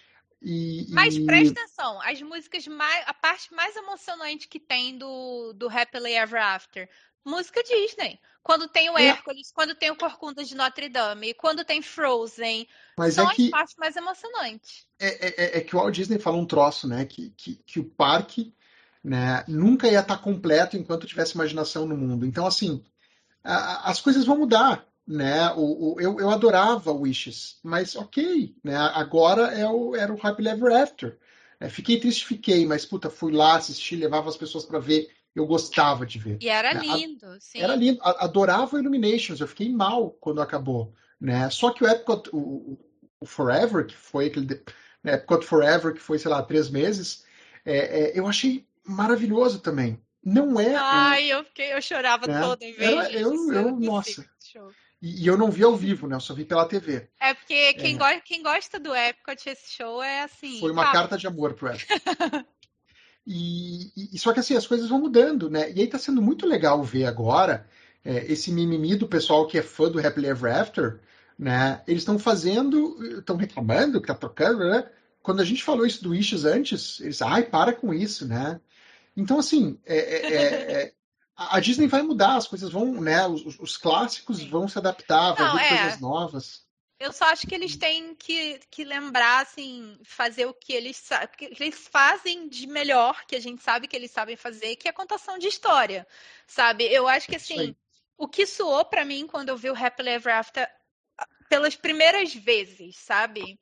E, Mas e- presta atenção, as músicas mais, a parte mais emocionante que tem do, do Happily Ever After, música Disney. Quando tem o É. Hércules, quando tem o Corcunda de Notre Dame, quando tem Frozen, Mas são é as que partes mais emocionantes. é, é, é que o Walt Disney falou um troço, né? Que, que, que o parque, né, nunca ia estar completo enquanto tivesse imaginação no mundo. Então, assim, a- as coisas vão mudar, né? O, o- eu, eu adorava Wishes, mas ok, né? Agora é o, era o Happily Ever After. É, fiquei triste, fiquei, mas puta, fui lá assistir, levava as pessoas para ver, eu gostava de ver. E era né? A- lindo, sim. Era lindo, A- adorava o Illuminations, eu fiquei mal quando acabou, né? Só que o Epcot, o, o- o Forever, que foi aquele de- né, Epcot Forever, que foi, sei lá, três meses, é, é, eu achei maravilhoso também. Não é o, Ai, eu fiquei, eu chorava né? toda em Era, vez eu, disso. eu, não consigo. nossa. Show. E, e eu não vi ao vivo, né? Eu só vi pela T V. É porque quem, É. go- quem gosta do Epcot, esse show é assim. Foi uma cara, carta de amor pro Epcot. E, e- e só que assim, as coisas vão mudando, né? E aí tá sendo muito legal ver agora é, esse mimimi do pessoal que é fã do Happily Ever After, né? Eles estão fazendo, estão reclamando que tá tocando, né? Quando a gente falou isso do Wishes antes, eles, ai, para com isso, né? Então, assim, é, é, é, é, a a Disney vai mudar, as coisas vão, né? Os, os- os clássicos Sim. vão se adaptar, vai Não, vir é. coisas novas. Eu só acho que eles têm que, que lembrar, assim, fazer o que eles, sa- que eles fazem de melhor, que a gente sabe que eles sabem fazer, que é contação de história, sabe? Eu acho que, Isso assim, aí. o que soou pra mim quando eu vi o Happily Ever After pelas primeiras vezes, sabe?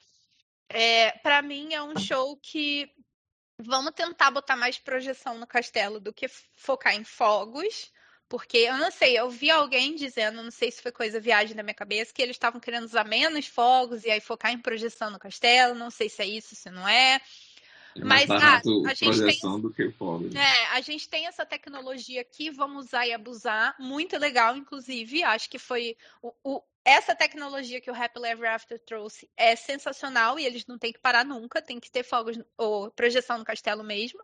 É, para mim é um show que vamos tentar botar mais projeção no castelo do que focar em fogos. Porque eu não sei, eu vi alguém dizendo, não sei se foi coisa viagem da minha cabeça, que eles estavam querendo usar menos fogos e aí focar em projeção no castelo. Não sei se é isso, se não é. É mais Mas, ah, barato a gente projeção tem- do que fogos. É, a gente tem essa tecnologia aqui, vamos usar e abusar. Muito legal, inclusive. Acho que foi o, o- essa tecnologia que o Happily Ever After trouxe é sensacional e eles não têm que parar nunca, tem que ter fogos ou projeção no castelo mesmo.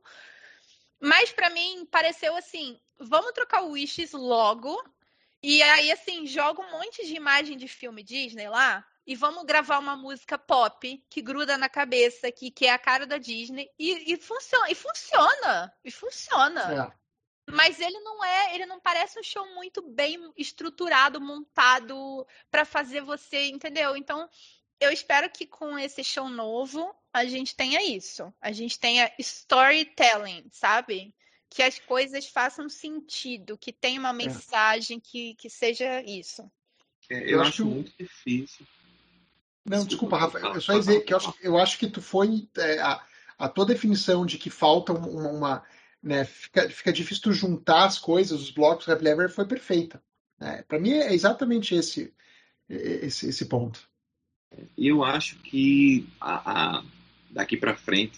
Mas pra mim pareceu assim, vamos trocar o Wishes logo. E aí, assim, joga um monte de imagem de filme Disney lá e vamos gravar uma música pop que gruda na cabeça, que, que é a cara da Disney. E, e funciona, e funciona, e funciona. É. Mas ele não é, ele não parece um show muito bem estruturado, montado pra fazer você, entendeu? Então, eu espero que com esse show novo a gente tenha isso. A gente tenha storytelling, sabe? Que as coisas façam sentido, que tenha uma mensagem que, que seja isso. É, Eu eu acho acho que o- muito difícil. Não, Desculpa, desculpa, Rafa. fala, Eu só ia fala, dizer fala, que eu fala. acho, eu acho que tu foi. é, a, a tua definição de que falta uma. uma, né, fica, fica difícil tu juntar as coisas, os blocos do Happily Ever foi perfeita. Né? Para mim é exatamente esse, esse, esse ponto. E eu acho que a, a- daqui para frente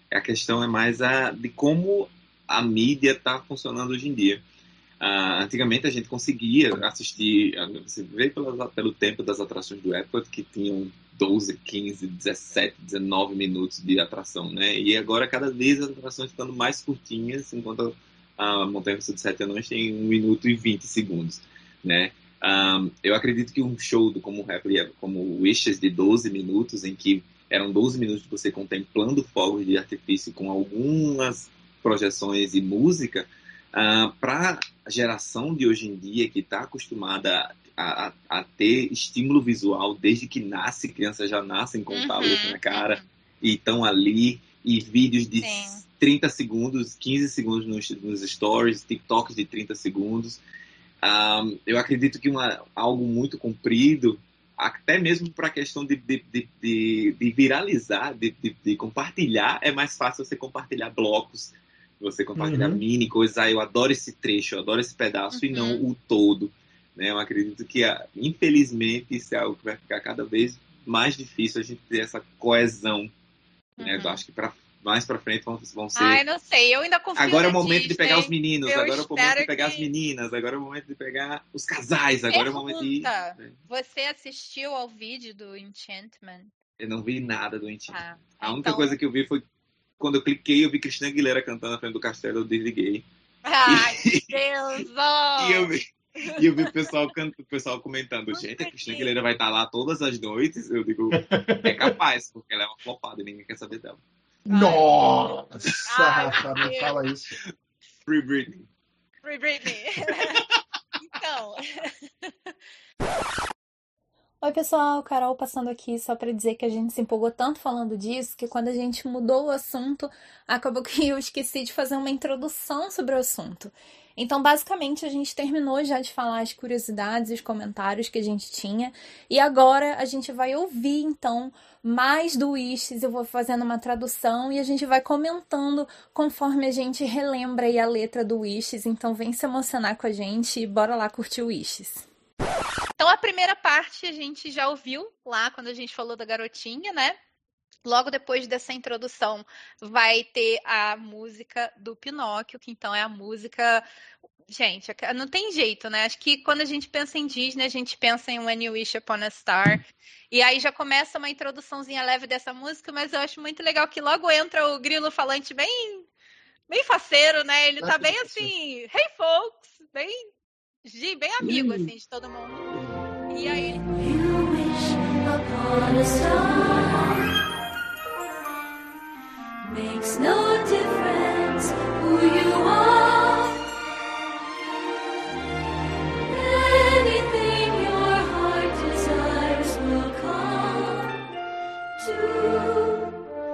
A questão é mais a, de como a mídia está funcionando hoje em dia. Uh, antigamente a gente conseguia assistir, você vê pelo, pelo tempo das atrações do Epcot, que tinham doze, quinze, dezessete, dezenove minutos de atração, né? E agora cada vez as atrações ficando mais curtinhas, enquanto a Montanha-Russa de Sete Anões tem um minuto e vinte segundos, né? Um, eu acredito que um show do, como, como Wishes de doze minutos, em que eram doze minutos de você contemplando fogos de artifício com algumas projeções e música, Uh, para a geração de hoje em dia, que está acostumada a, a, a ter estímulo visual desde que nasce, crianças já nascem com o Uhum, tablet na cara uhum. e estão ali, e vídeos de Sim. trinta segundos, quinze segundos nos, nos stories, TikToks de trinta segundos. Um, eu acredito que uma, algo muito comprido, até mesmo para a questão de, de, de, de, de viralizar, de, de, de compartilhar, é mais fácil você compartilhar blocos, você compartilhar Uhum. mini coisas. Ah, eu adoro esse trecho, eu adoro esse pedaço, Uhum. e não o todo, né? Eu acredito que, infelizmente, isso é algo que vai ficar cada vez mais difícil, a gente ter essa coesão, né? Uhum. Eu acho que pra, mais pra frente vão, vão ser... Ai, não sei, eu ainda confio Agora é o na momento de pegar os Disney. meninos, Eu agora é o momento de espero pegar que- as meninas, agora é o momento de pegar os casais, agora é o momento de... Pergunta. né? Você assistiu ao vídeo do Enchantment? Eu não vi nada do Enchantment. Ah, A única então- coisa que eu vi foi quando eu cliquei, eu vi Cristina Aguilera cantando na frente do castelo, eu desliguei. Ai, Deus! Oh. E eu vi, e eu vi o pessoal, can- o pessoal comentando, gente, a Cristina Aguilera vai estar lá todas as noites. Eu digo, é capaz, porque ela é uma flopada e ninguém quer saber dela. Nossa, Ai, Rafa, não meu fala isso. Free Britney. Free Britney. Então. Oi pessoal, Carol passando aqui só para dizer que a gente se empolgou tanto falando disso que quando a gente mudou o assunto, acabou que eu esqueci de fazer uma introdução sobre o assunto. Então, basicamente, a gente terminou já de falar as curiosidades e os comentários que a gente tinha, e agora a gente vai ouvir, então, mais do Wishes. Eu vou fazendo uma tradução e a gente vai comentando conforme a gente relembra aí a letra do Wishes. Então, vem se emocionar com a gente e bora lá curtir o Wishes. Então, a primeira parte a gente já ouviu lá quando a gente falou da garotinha, né? Logo depois dessa introdução vai ter a música do Pinóquio, que então é a música... Gente, não tem jeito, né? Acho que quando a gente pensa em Disney, a gente pensa em When You Wish Upon a Star. E aí já começa uma introduçãozinha leve dessa música, mas eu acho muito legal que logo entra o grilo falante bem, bem faceiro, né? Ele tá bem assim, hey folks, bem, bem amigo, assim, de todo mundo. E aí ele... You wish upon a star. Makes no difference who you are. Anything your heart desires will come to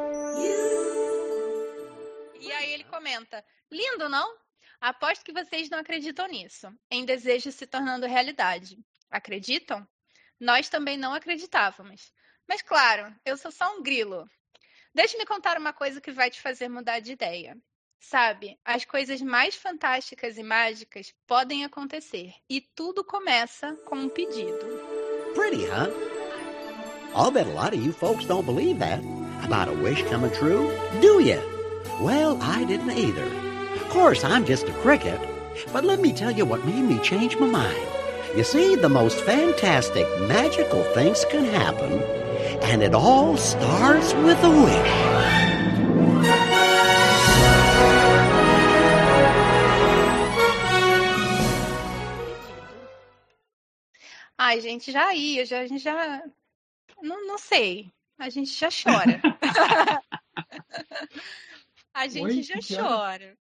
you. E aí ele comenta, lindo, não? Aposto que vocês não acreditam nisso, em desejo se tornando realidade. Acreditam? Nós também não acreditávamos. Mas claro, eu sou só um grilo. Deixe-me contar uma coisa que vai te fazer mudar de ideia. Sabe, as coisas mais fantásticas e mágicas podem acontecer. E tudo começa com um pedido. Pretty, huh? I'll bet a lot of you folks don't believe that. About a wish coming true, do ya? Well, I didn't either. Of course, I'm just a cricket. But let me tell you what made me change my mind. You see, the most fantastic, magical things can happen, and it all starts with a wish. Ai, gente, já ia, já, a gente já... Não, não sei, a gente já chora. A gente Oi, já que que era? chora.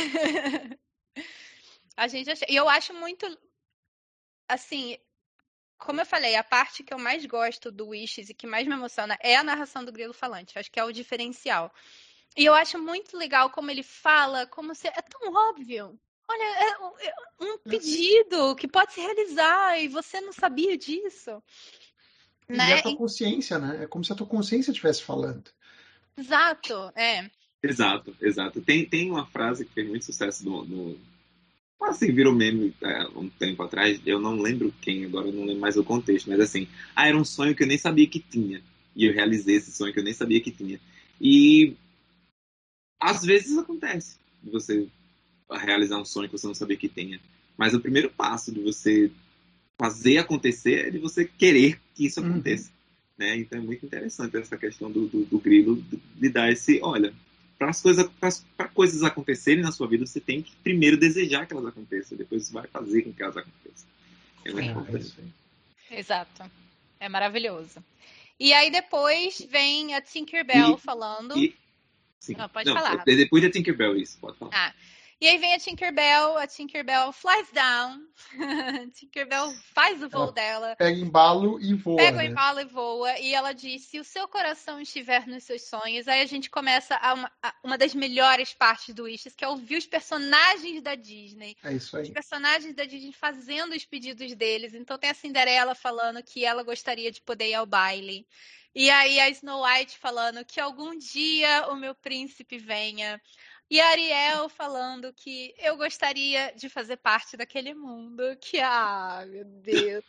A gente já chora. E eu acho muito, assim, como eu falei, a parte que eu mais gosto do Wishes e que mais me emociona é a narração do grilo falante. Acho que é o diferencial. E eu acho muito legal como ele fala, como se... É tão óbvio. Olha, é é um pedido que pode se realizar e você não sabia disso. E é Né? a tua consciência, né? É como se a tua consciência estivesse falando. Exato, é. Exato, exato. Tem, tem uma frase que fez muito sucesso no... no... Assim, virou meme é, um tempo atrás. Eu não lembro quem, agora eu não lembro mais o contexto. Mas assim, ah, era um sonho que eu nem sabia que tinha. E eu realizei esse sonho que eu nem sabia que tinha. E às vezes acontece de você realizar um sonho que você não sabia que tenha. Mas o primeiro passo de você fazer acontecer é de você querer que isso aconteça. Uhum. Né? Então é muito interessante essa questão do, do, do grilo, de dar esse, olha, para as coisas, para coisas acontecerem na sua vida, você tem que primeiro desejar que elas aconteçam, depois você vai fazer com que elas aconteçam. É muito é, importante. É Exato. É maravilhoso. E aí depois vem a Tinkerbell e, falando... E, sim. Não, pode Não, falar. Depois da Tinkerbell, isso, pode falar. Ah. E aí vem a Tinkerbell, a Tinkerbell flies down, a Tinkerbell faz o voo ela dela. Pega embalo e voa. Pega o né? embalo e voa. E ela diz, se o seu coração estiver nos seus sonhos, aí a gente começa a uma, a uma das melhores partes do Wishes, que é ouvir os personagens da Disney. É isso aí. Os personagens da Disney fazendo os pedidos deles. Então tem a Cinderela falando que ela gostaria de poder ir ao baile. E aí a Snow White falando que algum dia o meu príncipe venha. E a Ariel falando que eu gostaria de fazer parte daquele mundo. Que, ah, meu Deus.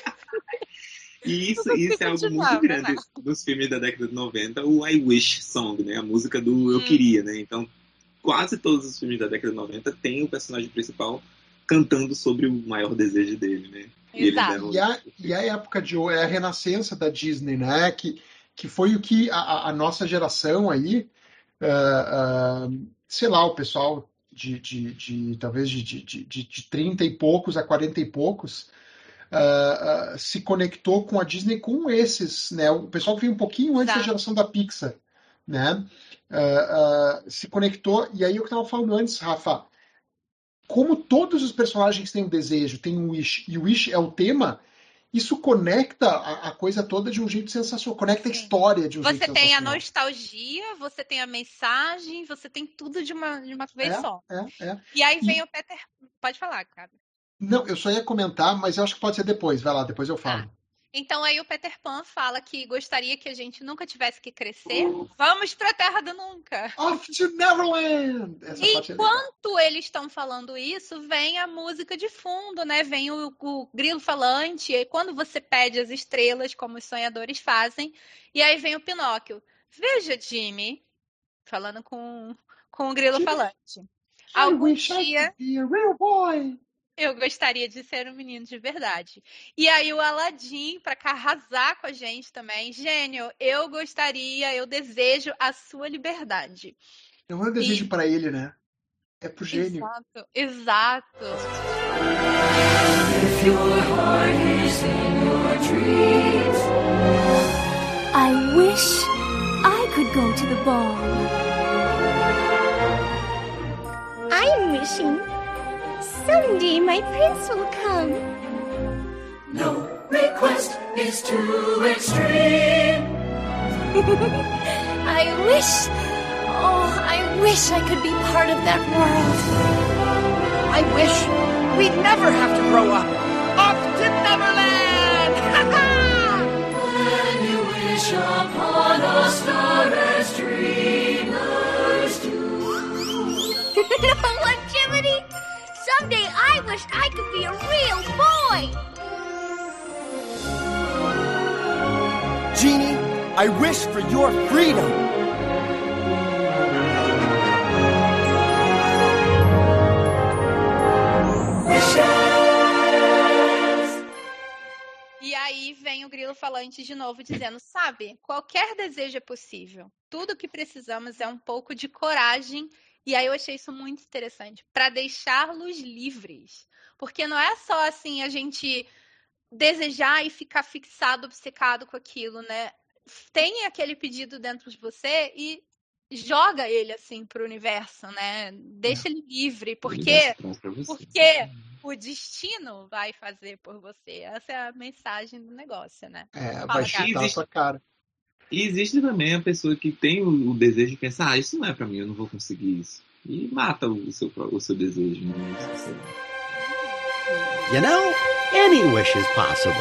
E isso, isso é algo muito grande dos filmes da década de noventa, o I Wish Song, né? A música do Eu hum. Queria, né? Então, quase todos os filmes da década de noventa têm o personagem principal cantando sobre o maior desejo dele, né? E, ele deram... e, a, e a época de é a renascença da Disney, né? Que, que foi o que a, a nossa geração aí... Uh, uh, sei lá, o pessoal de, de, de talvez de, de, de, de trinta e poucos a quarenta e poucos uh, uh, se conectou com a Disney com esses, né? O pessoal que veio um pouquinho antes tá. da geração da Pixar, né? Uh, uh, se conectou, e aí eu estava falando antes, Rafa, como todos os personagens têm um desejo, têm um wish, e o wish é o tema, isso conecta a, a coisa toda de um jeito sensacional, conecta Sim. a história de um você jeito sensacional. Você tem a nostalgia, você tem a mensagem, você tem tudo de uma, de uma vez é, só. É, é. E aí vem e... o Peter... Pode falar, cara. Não, eu só ia comentar, mas eu acho que pode ser depois. Vai lá, depois eu falo. Ah. Então aí o Peter Pan fala que gostaria que a gente nunca tivesse que crescer. Vamos pra Terra do Nunca. Off to Neverland! Essa Enquanto é eles estão falando isso, vem a música de fundo, né? Vem o, o grilo falante. E quando você pede as estrelas, como os sonhadores fazem, e aí vem o Pinóquio. Veja, Jimmy, falando com, com o grilo Jimmy, falante. Algum dia... be a real boy. Eu gostaria de ser um menino de verdade. E aí o Aladdin, para arrasar com a gente também. Gênio, eu gostaria, eu desejo a sua liberdade. Não é um desejo e... para ele, né? É pro gênio. Exato, exato. If your heart is in your dreams, I wish I could go to the ball. I'm wishing someday my prince will come. No request is too extreme. I wish, oh, I wish I could be part of that world. I wish we'd never have to grow up. Off to Neverland! When you wish upon a star as dreamers do. No longevity. Someday I wish I could be a real boy. Genie, I wish for your freedom. E aí vem o grilo falante de novo dizendo, sabe, qualquer desejo é possível. Tudo que precisamos é um pouco de coragem. E aí eu achei isso muito interessante, para deixá-los livres. Porque não é só assim a gente desejar e ficar fixado, obcecado com aquilo, né? Tem aquele pedido dentro de você e joga ele assim pro universo, né? Deixa é. ele livre, porque, porque o destino vai fazer por você. Essa é a mensagem do negócio, né? É, Fala, vai chutar a sua cara. E existe também a pessoa que tem o, o desejo de pensar, ah, isso não é pra mim, eu não vou conseguir isso. E mata o seu, o seu desejo. Né? You know, any wish is possible.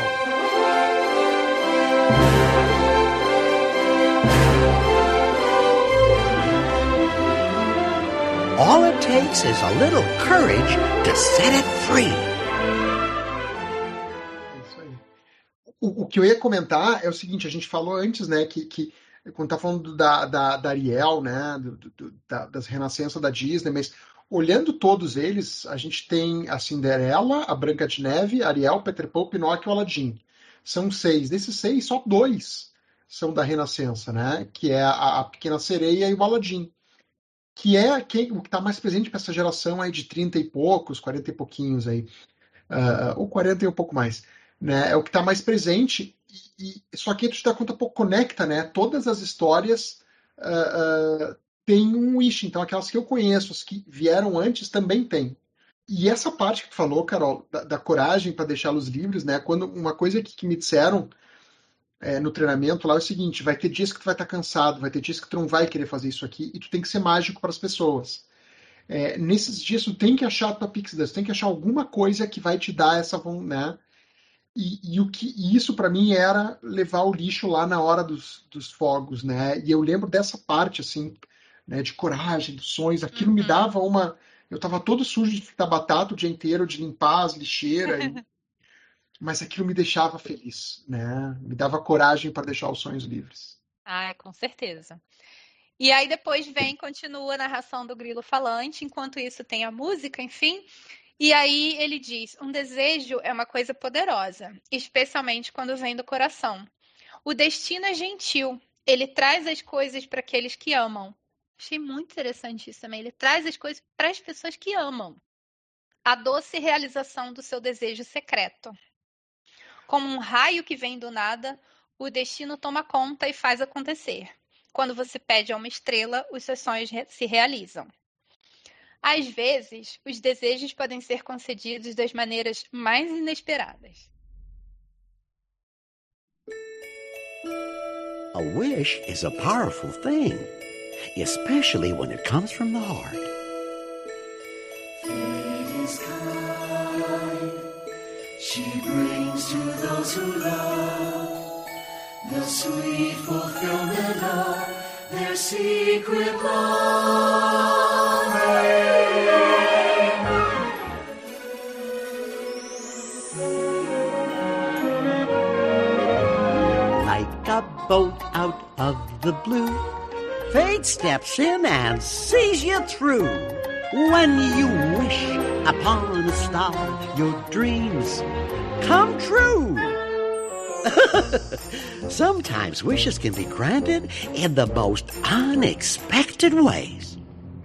All it takes is a little courage to set it free. O, o que eu ia comentar é o seguinte, a gente falou antes, né, que, que quando tá falando da, da, da Ariel, né, do, do, da, das renascenças da Disney, mas olhando todos eles, a gente tem a Cinderela, a Branca de Neve, Ariel, Peter Pan, Pinóquio e o Aladdin. São seis. Desses seis, só dois são da Renascença, né? Que é a, a Pequena Sereia e o Aladdin. Que é quem, o que está mais presente para essa geração aí de trinta e poucos, quarenta e pouquinhos aí. Uh, ou quarenta e um pouco mais. Né? É o que está mais presente. E, e, só que tu te dá conta, pouco conecta, né? Todas as histórias uh, uh, têm um wish. Então, aquelas que eu conheço, as que vieram antes, também tem. E essa parte que tu falou, Carol, da, da coragem para deixá-los livres, né? Quando uma coisa que, que me disseram é, no treinamento lá é o seguinte: vai ter dias que tu vai estar cansado, vai ter dias que tu não vai querer fazer isso aqui, e tu tem que ser mágico para as pessoas. É, nesses dias tu tem que achar a tua pix dance, tu tem que achar alguma coisa que vai te dar essa, né? E, e, o que, e isso para mim era levar o lixo lá na hora dos, dos fogos, né? E eu lembro dessa parte, assim, né, de coragem, dos sonhos. Aquilo uhum. me dava uma... Eu tava todo sujo de fritar batata o dia inteiro, de limpar as lixeiras, e... mas aquilo me deixava feliz, né? Me dava coragem para deixar os sonhos livres. Ah, com certeza. E aí depois vem, continua a narração do grilo falante, enquanto isso tem a música, enfim. E aí ele diz: um desejo é uma coisa poderosa, especialmente quando vem do coração. O destino é gentil, ele traz as coisas para aqueles que amam. Achei muito interessante isso também. Ele traz as coisas para as pessoas que amam. A doce realização do seu desejo secreto. Como um raio que vem do nada, o destino toma conta e faz acontecer. Quando você pede a uma estrela, os seus sonhos se realizam. Às vezes, os desejos podem ser concedidos das maneiras mais inesperadas. A wish is a powerful thing, especially when it comes from the heart. Fate is kind. She brings to those who love the sweet fulfillment of their secret longing. Like a boat out of the blue, fate steps in and sees you through. When you wish upon a star, your dreams come true. Sometimes wishes can be granted in the most unexpected ways.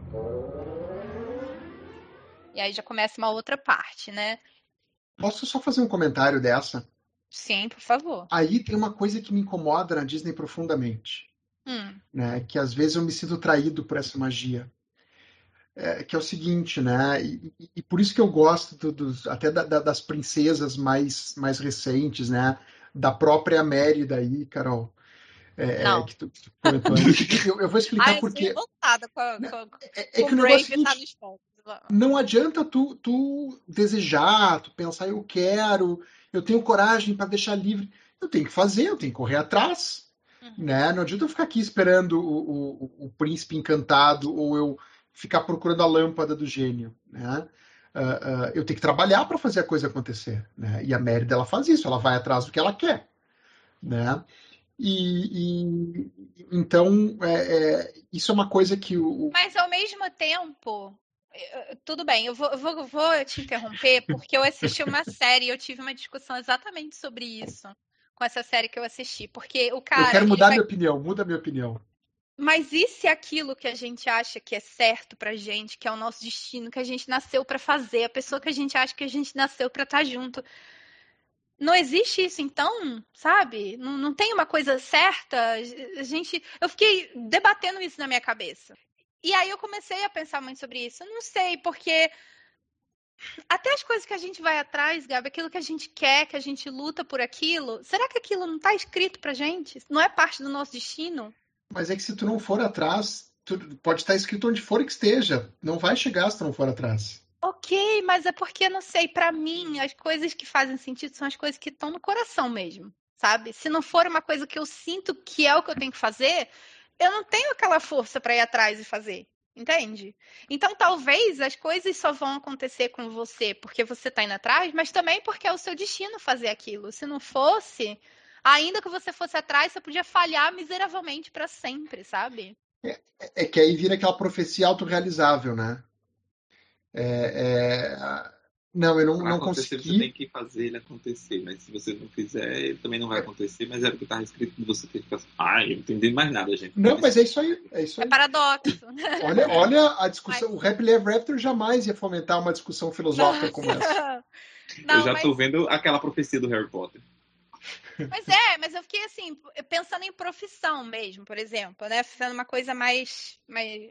E aí já começa uma outra parte, né? Posso só fazer um comentário dessa? Sim, por favor. Aí tem uma coisa que me incomoda na Disney profundamente. Hum. Né? Que às vezes eu me sinto traído por essa magia. É, que é o seguinte, né? E, e, e por isso que eu gosto do, dos, até da, da, das princesas mais, mais recentes, né? Da própria Mérida aí, Carol. É, não. É, que tu, que tu comentou antes. Eu, eu vou explicar Ai, porque. Eu voltada com a, com, é, é com que o Brave negócio é o tá seguinte, nos pontos. não adianta tu, tu desejar, tu pensar, eu quero, eu tenho coragem para deixar livre. Eu tenho que fazer, eu tenho que correr atrás. Uhum. Né? Não adianta eu ficar aqui esperando o, o, o príncipe encantado ou eu ficar procurando a lâmpada do gênio. Né? Uh, uh, eu tenho que trabalhar para fazer a coisa acontecer. Né? E a Mérida, ela faz isso, ela vai atrás do que ela quer. Né? E, e então, é, é, isso é uma coisa que o... Mas, ao mesmo tempo... Tudo bem, eu vou, eu vou, vou te interromper porque eu assisti uma série e eu tive uma discussão exatamente sobre isso com essa série que eu assisti. Porque o cara... Eu quero mudar vai... minha opinião, muda minha opinião. Mas e se aquilo que a gente acha que é certo pra gente, que é o nosso destino, que a gente nasceu pra fazer, a pessoa que a gente acha que a gente nasceu pra estar junto... Não existe isso, então, sabe? Não, não tem uma coisa certa. A gente, eu fiquei debatendo isso na minha cabeça. E aí eu comecei a pensar muito sobre isso. Eu não sei, porque até as coisas que a gente vai atrás, Gabi, aquilo que a gente quer, que a gente luta por aquilo, será que aquilo não está escrito pra gente? Não é parte do nosso destino? Mas é que se tu não for atrás, tu pode estar escrito onde for que esteja. Não vai chegar se tu não for atrás. Ok, mas é porque, não sei, pra mim, as coisas que fazem sentido são as coisas que estão no coração mesmo, sabe? Se não for uma coisa que eu sinto que é o que eu tenho que fazer, eu não tenho aquela força pra ir atrás e fazer, entende? Então, talvez as coisas só vão acontecer com você porque você tá indo atrás, mas também porque é o seu destino fazer aquilo. Se não fosse, Ainda que você fosse atrás, você podia falhar miseravelmente para sempre, sabe? É, é que aí vira aquela profecia autorrealizável, né? É, é... Não, eu não, Para não acontecer, consegui. você tem que fazer ele acontecer. Mas se você não fizer, ele também não vai acontecer. Mas é porque tá escrito que você tem que fazer. Ai, eu não entendi mais nada, gente. Não, mas é isso aí. É isso É aí. paradoxo. Olha, olha a discussão. O Happily Ever After jamais ia fomentar uma discussão filosófica como essa. Não, eu já mas... tô vendo aquela profecia do Harry Potter. Mas é, mas eu fiquei assim, pensando em profissão mesmo, por exemplo, né? Fazendo uma coisa mais, mais.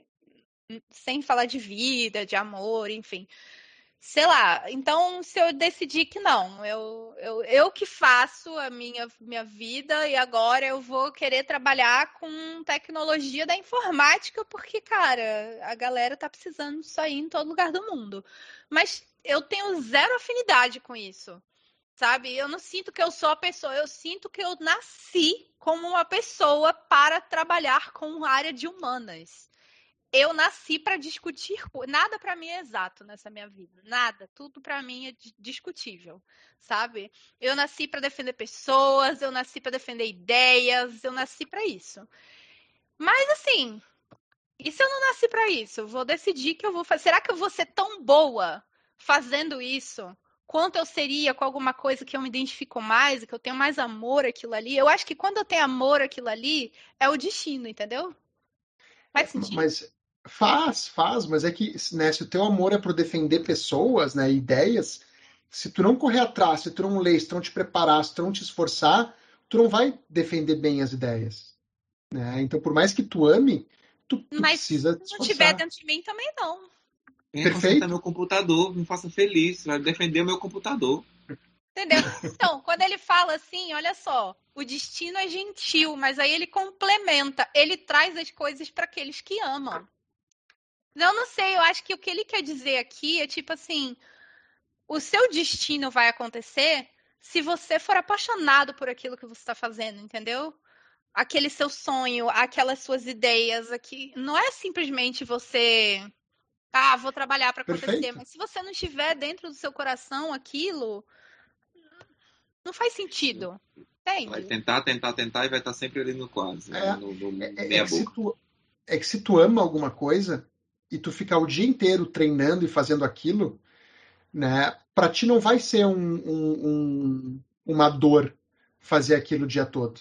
Sem falar de vida, de amor, enfim. Sei lá, então se eu decidir que não, eu, eu, eu que faço a minha, minha vida e agora eu vou querer trabalhar com tecnologia da informática porque, cara, a galera tá precisando disso aí em todo lugar do mundo. Mas eu tenho zero afinidade com isso, sabe? Eu não sinto que eu sou a pessoa, eu sinto que eu nasci como uma pessoa para trabalhar com área de humanas. Eu nasci para discutir, nada para mim é exato nessa minha vida, nada, tudo para mim é discutível, sabe? Eu nasci para defender pessoas, eu nasci para defender ideias, eu nasci para isso. Mas assim, e se eu não nasci para isso? Eu vou decidir que eu vou fazer. Será que eu vou ser tão boa fazendo isso quanto eu seria com alguma coisa que eu me identifico mais, que eu tenho mais amor àquilo ali? Eu acho que quando eu tenho amor àquilo ali, é o destino, entendeu? Faz sentido? Mas faz, faz, mas é que, né, se o teu amor é por defender pessoas, né, ideias, se tu não correr atrás, se tu não ler, se tu não te preparar, se tu não te esforçar, tu não vai defender bem as ideias, né? Então, por mais que tu ame, tu, tu mas precisa te se não esforçar. tiver dentro de mim, também não. Vem Perfeito. consertar meu computador, me faça feliz, vai defender o meu computador. Entendeu? Então, quando ele fala assim, olha só, o destino é gentil, mas aí ele complementa, ele traz as coisas para aqueles que amam. Não, não sei, eu acho que o que ele quer dizer aqui é tipo assim, o seu destino vai acontecer se você for apaixonado por aquilo que você está fazendo, entendeu? Aquele seu sonho, aquelas suas ideias aqui, não é simplesmente você, ah, vou trabalhar para acontecer, Perfeito. mas se você não estiver dentro do seu coração aquilo, não faz sentido. Entende? Vai tentar, tentar, tentar e vai estar sempre ali no quase. É, né? no, no É, é meia que se boca. tu, é que se tu ama alguma coisa e tu ficar o dia inteiro treinando e fazendo aquilo, né, para ti não vai ser um, um, um, uma dor fazer aquilo o dia todo,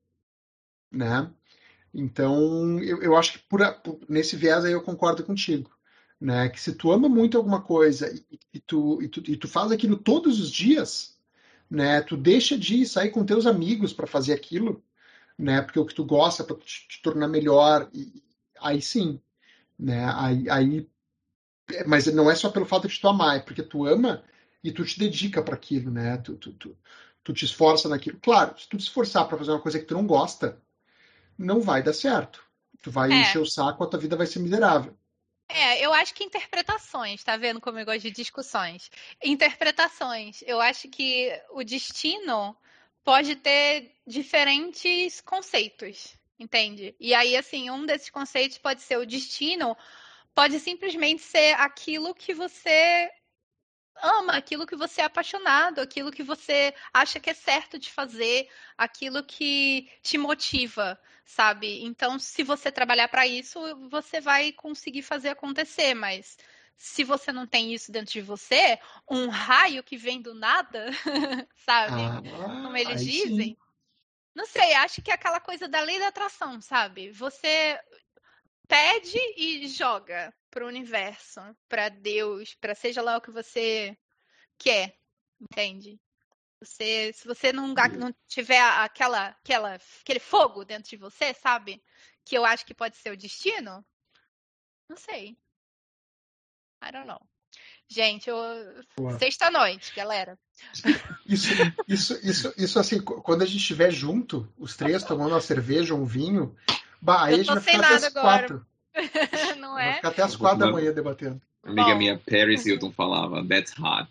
né? Então, eu, eu acho que por, por, nesse viés aí eu concordo contigo, né? Que se tu ama muito alguma coisa e, e, tu, e, tu, e tu faz aquilo todos os dias, né? Tu deixa de sair com teus amigos para fazer aquilo, né? Porque o que tu gosta para te, te tornar melhor, e, aí sim, né? Aí, aí, mas não é só pelo fato de tu amar, é porque tu ama e tu te dedica para aquilo, né? Tu, tu, tu, tu te esforça naquilo. Claro, se tu te esforçar para fazer uma coisa que tu não gosta, não vai dar certo. Tu vai É. encher o saco, a tua vida vai ser miserável. É, eu acho que interpretações, tá vendo como eu gosto de discussões? Interpretações. Eu acho que o destino pode ter diferentes conceitos, entende? E aí, assim, um desses conceitos pode ser o destino, pode simplesmente ser aquilo que você ama, aquilo que você é apaixonado, aquilo que você acha que é certo de fazer, aquilo que te motiva, sabe? Então, se você trabalhar para isso, você vai conseguir fazer acontecer, mas se você não tem isso dentro de você, um raio que vem do nada, sabe? Ah, Como eles aí dizem. sim. Não sei, acho que é aquela coisa da lei da atração, sabe? Você pede e joga pro universo, para Deus, para seja lá o que você quer, entende? Você, se você não, não tiver aquela, aquela, aquele fogo dentro de você, sabe? Que eu acho que pode ser o destino. Não sei. I don't know. Gente, eu... sexta-noite, galera. Isso, isso, isso, isso, assim, quando a gente estiver junto, os três tomando uma cerveja ou um vinho, bah, aí a gente vai ficar até as quatro. Não é? Vai ficar até as quatro da manhã debatendo. Amiga Bom. minha, Paris Hilton, falava, that's hot.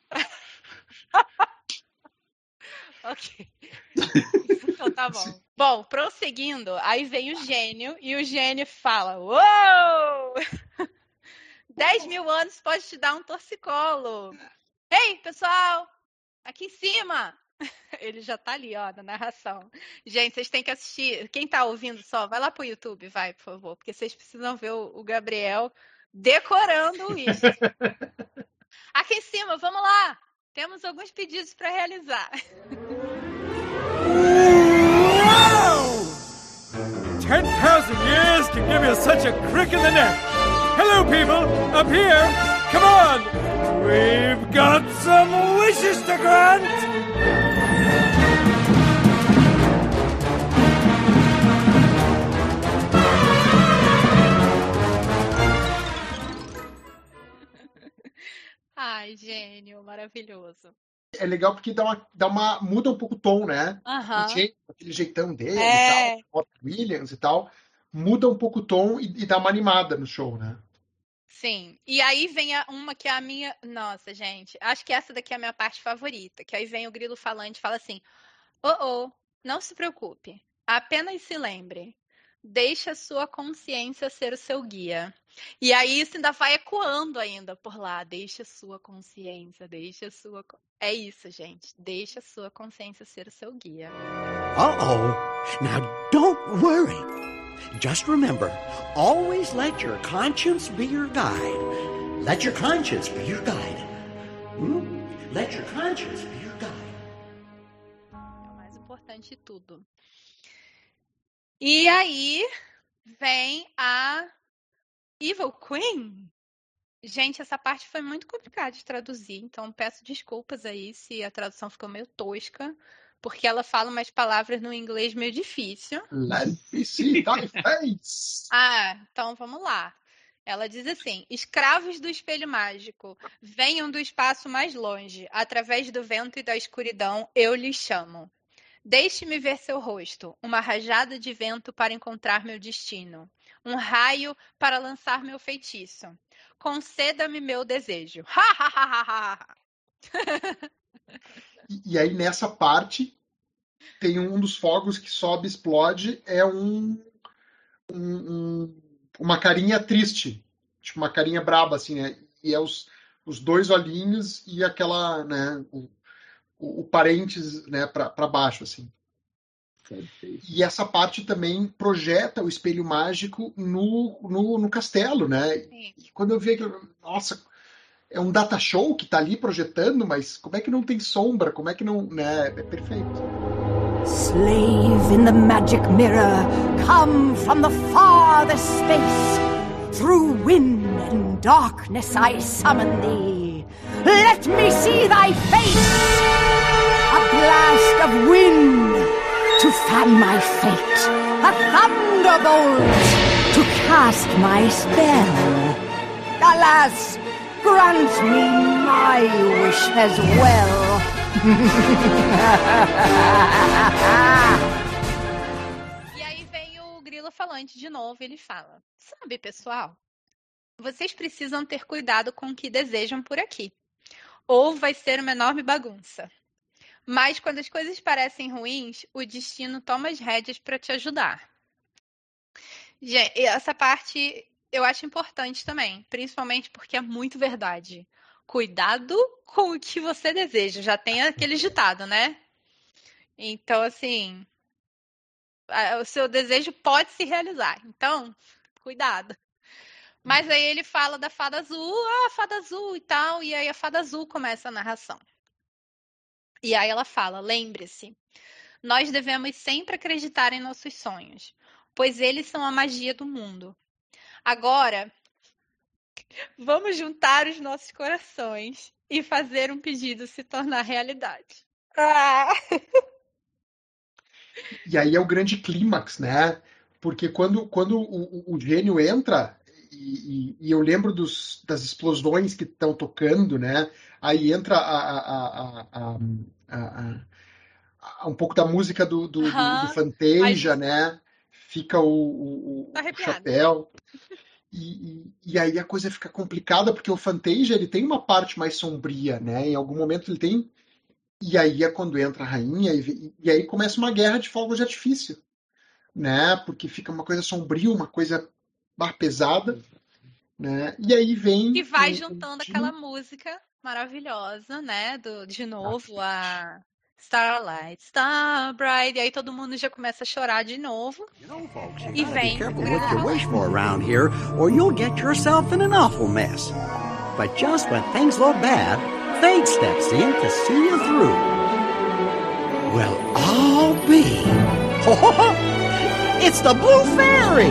Ok. Então tá bom. Bom, prosseguindo, aí vem o gênio e o gênio fala: Uou! dez mil anos pode te dar um torcicolo. Ei, pessoal, aqui em cima, Ele já tá ali, ó, na narração. Gente, vocês têm que assistir. Quem tá ouvindo só, vai lá pro YouTube, vai, por favor. Porque vocês precisam ver o, o Gabriel decorando isso. Aqui em cima, vamos lá. Temos alguns pedidos para realizar. ten thousand years to give you such a crick in the neck. Hello, people. Up here. Come on. We've got some wishes to grant. Ai, gênio, maravilhoso. É legal porque dá uma, dá uma muda um pouco o tom, né? Aham. O jeito, aquele jeitão dele É. e tal, Williams e tal, muda um pouco o tom e, e dá uma animada no show, né? Sim. E aí vem a- uma que é a minha. Nossa, gente. Acho que essa daqui é a minha parte favorita. Que aí vem o grilo falante e fala assim: Ô, ô, não se preocupe. Apenas se lembre. Deixe a sua consciência ser o seu guia. E aí isso ainda vai ecoando ainda por lá. Deixe a sua consciência, deixe a sua. co- É isso, gente. Deixe a sua consciência ser o seu guia. Uh-oh. Now don't worry. Just remember, always let your conscience be your guide. Let your conscience be your guide. Hmm? Let your conscience be your guide. É o mais importante de tudo. E aí vem a Evil Queen. Gente, essa parte foi muito complicada de traduzir, então peço desculpas aí se a tradução ficou meio tosca, porque ela fala umas palavras no inglês meio difícil. Let me see thy face. Ah, então vamos lá. Ela diz assim: escravos do espelho mágico, venham do espaço mais longe, através do vento e da escuridão, eu lhes chamo. Deixe-me ver seu rosto, uma rajada de vento para encontrar meu destino, um raio para lançar meu feitiço. Conceda-me meu desejo. Ha, ha, ha, ha, ha. E, e aí nessa parte tem um dos fogos que sobe e explode, é um, um- um- uma carinha triste, tipo uma carinha braba, assim, né? E é os, os dois olhinhos e aquela, né, o, o, o parênteses, né, para baixo, assim. E essa parte também projeta o espelho mágico no, no, no castelo, né? Sim. E quando eu vi aquilo, nossa, é um data show que tá ali projetando, mas como é que não tem sombra? Como é que não, né? É perfeito. Slave in the magic mirror, come from the farthest space. Through wind and darkness I summon thee. Let me see thy face. A blast of wind to fan my fate. A thunderbolt to cast my spell. Alas, grant me my wish as well. E aí vem o grilo falante de novo, ele fala: sabe, pessoal, vocês precisam ter cuidado com o que desejam por aqui, ou vai ser uma enorme bagunça. Mas quando as coisas parecem ruins, o destino toma as rédeas para te ajudar. Gente, essa parte eu acho importante também, principalmente porque é muito verdade. Cuidado com o que você deseja. Já tem aquele ditado, né? Então, assim, o seu desejo pode se realizar. Então, cuidado. Mas aí ele fala da fada azul, ah, fada azul e tal, e aí a fada azul começa a narração. E aí ela fala: lembre-se, nós devemos sempre acreditar em nossos sonhos, pois eles são a magia do mundo. Agora, vamos juntar os nossos corações e fazer um pedido se tornar realidade. Ah! E aí é o grande clímax, né? Porque quando, quando o, o, o gênio entra, e, e- e eu lembro dos, das explosões que estão tocando, né? Aí entra a, a, a, a, a- a- a- um pouco da música do, do, do, do Aham, Fantasia, mas- né? Fica o, o, Tô o arrepiada. chapéu. E, e, e aí a coisa fica complicada, porque o Fantasia ele tem uma parte mais sombria, né? Em algum momento ele tem. E aí é quando entra a rainha, e, e aí começa uma guerra de fogos de artifício, né? Porque fica uma coisa sombria, uma coisa bah, pesada, né? E aí vem. E vai o- juntando o- aquela música maravilhosa, né? Do, de novo, a Starlight, star bright. E aí todo mundo já começa a chorar de novo. E vem. Be careful what you wish for around here, or you'll get yourself in an awful mess. But just when things look bad, fate steps in to see you through. Well, I'll be. It's the Blue Fairy!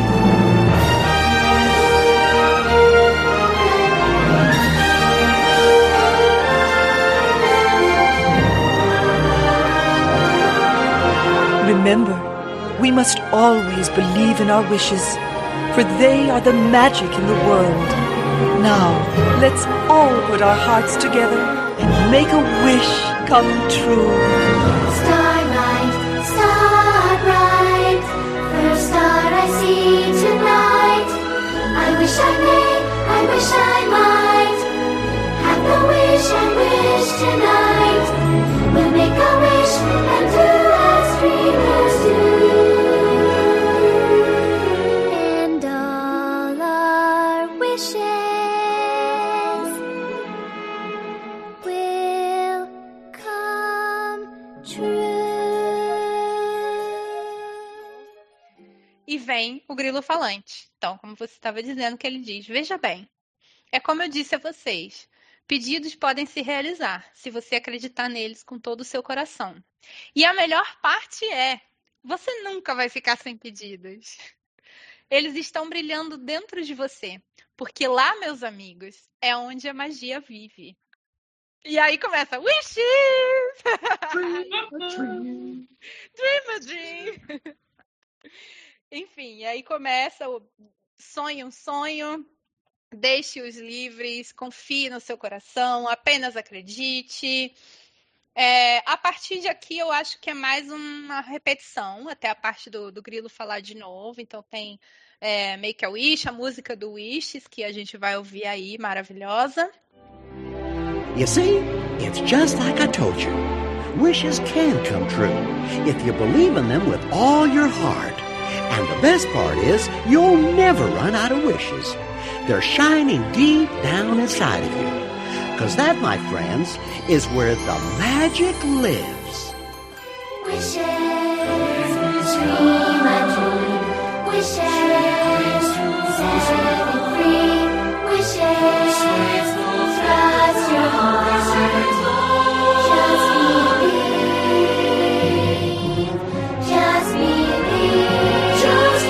Remember, we must always believe in our wishes, for they are the magic in the world. Now, let's all put our hearts together and make a wish come true. Starlight, star bright, first star I see tonight. I wish I may, I wish I might have the wish I wish tonight. We'll make a wish and do as dreamers do. And all our wishes will come true. E vem o grilo falante. Então, como você estava dizendo, que ele diz: veja bem, é como eu disse a vocês, pedidos podem se realizar se você acreditar neles com todo o seu coração. E a melhor parte é, você nunca vai ficar sem pedidos. Eles estão brilhando dentro de você, porque lá, meus amigos, é onde a magia vive. E aí começa, wishes! Dream a dream. Dream a dream! Enfim, aí começa o sonho, um sonho, deixe-os livres, confie no seu coração, apenas acredite. É, a partir de aqui eu acho que é mais uma repetição, até a parte do, do grilo falar de novo. Então tem é, Make a Wish, a música do Wishes, que a gente vai ouvir aí, maravilhosa. You see, it's just like I told you. Wishes can come true if you believe in them with all your heart. And the best part is, you'll never run out of wishes. They're shining deep down inside of you. Because that, my friends, is where the magic lives. Wishes, dream a dream. Wishes, set me free. Wishes, trust your heart. Just believe. Just believe. Just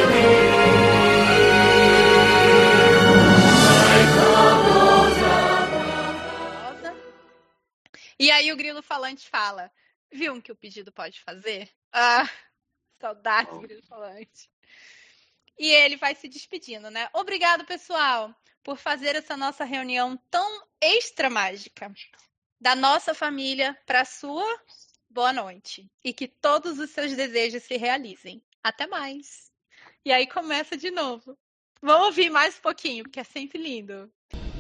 E aí o grilo falante fala, viu o que o pedido pode fazer? Ah, saudades do grilo falante. E ele vai se despedindo, né? Obrigado, pessoal, por fazer essa nossa reunião tão extra mágica. Da nossa família para a sua, boa noite. E que todos os seus desejos se realizem. Até mais. E aí começa de novo. Vamos ouvir mais um pouquinho, porque é sempre lindo.